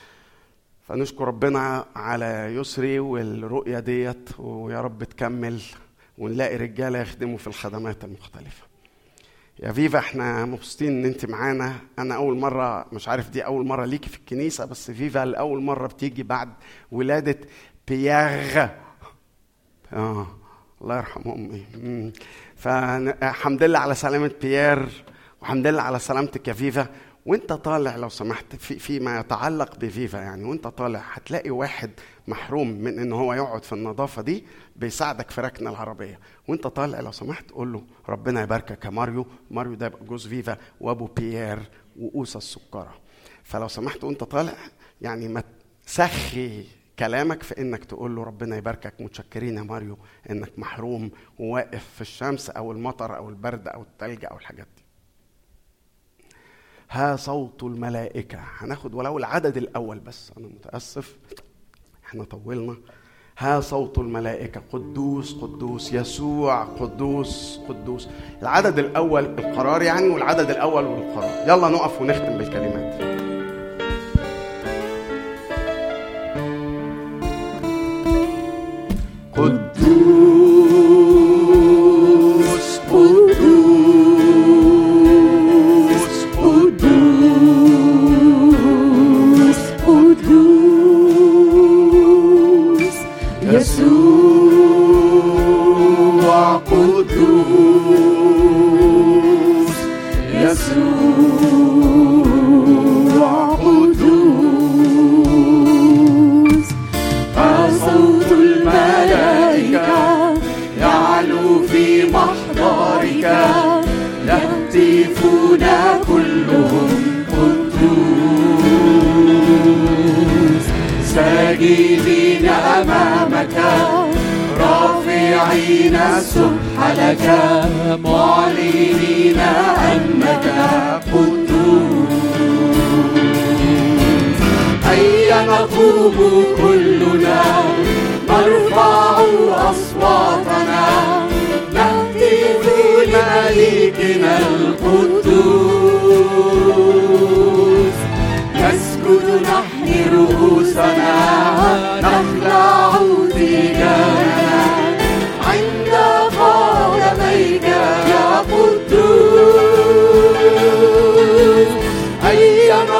Speaker 4: فنشكر ربنا على يسري والرؤيه ديت، ويا رب تكمل ونلاقي رجاله يخدموا في الخدمات المختلفه. يا فيفا احنا مبسوطين ان انت معانا. انا اول مره، مش عارف دي اول مره ليكي في الكنيسه، بس فيفا الاول مره بتيجي بعد ولاده بيير. اه الله يرحم امي. فالحمد لله على سلامه بيير، والحمد لله على سلامتك يا فيفا. وانت طالع لو سمحت في فيما يتعلق بفيفا، يعني وانت طالع هتلاقي واحد محروم من ان هو يقعد في النظافه دي بيساعدك في ركن العربيه. وانت طالع لو سمحت قول له ربنا يباركك يا ماريو. ماريو ده جوز فيفا وابو بيير وأوسا السكره. فلو سمحت وانت طالع يعني ما تسخي كلامك في انك تقول له ربنا يباركك، متشكرين يا ماريو انك محروم وواقف في الشمس او المطر او البرد او الثلج او الحاجات دي. ها صوت الملائكة. هناخد ولو العدد الأول بس، أنا متأسف احنا طولنا. ها صوت الملائكة قدوس قدوس يسوع قدوس قدوس. العدد الأول القرار يعني، والعدد الأول والقرار. يلا نقف ونختم بالكلمات. قدوس قدوس قدوس قدوس يسوع قدوس يسوع قدوس. صوت الملائكة يعلو في محضرك، يهتفون كلهم قدوس، ساجدين أمامك رافعين السبح لك، معلنين أنك قدوس. هيا نقوم كلنا نرفع أصواتنا نهتف لملكنا القدوس، نسجد نحن رؤوسنا نخلع تيجاننا عند قدميك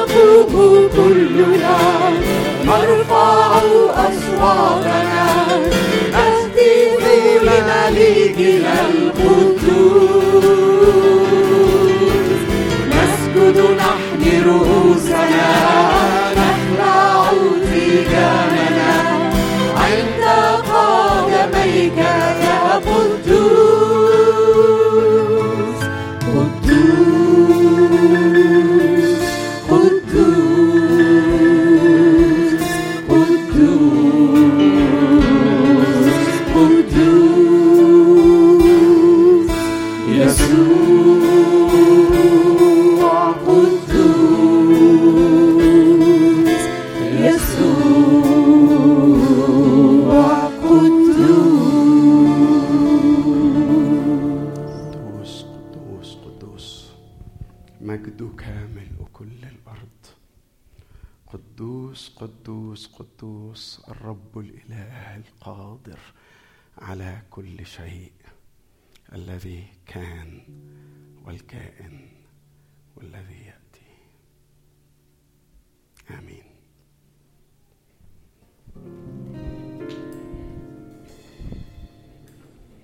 Speaker 2: نقوم كلنا نرفع أصواتنا نهتف لملكنا القدوس نسجد نحني رؤوسنا نخلع تيجاننا عند قدميك يا قدوس قدوس قدوس قدوس قدوس يسوع قدوس يسوع قدوس
Speaker 4: قدوس قدوس مجدك ملء كل الأرض. قدوس قدوس قدوس الرب الإله القادر على كل شيء، الذي كان والكائن والذي يأتي. آمين.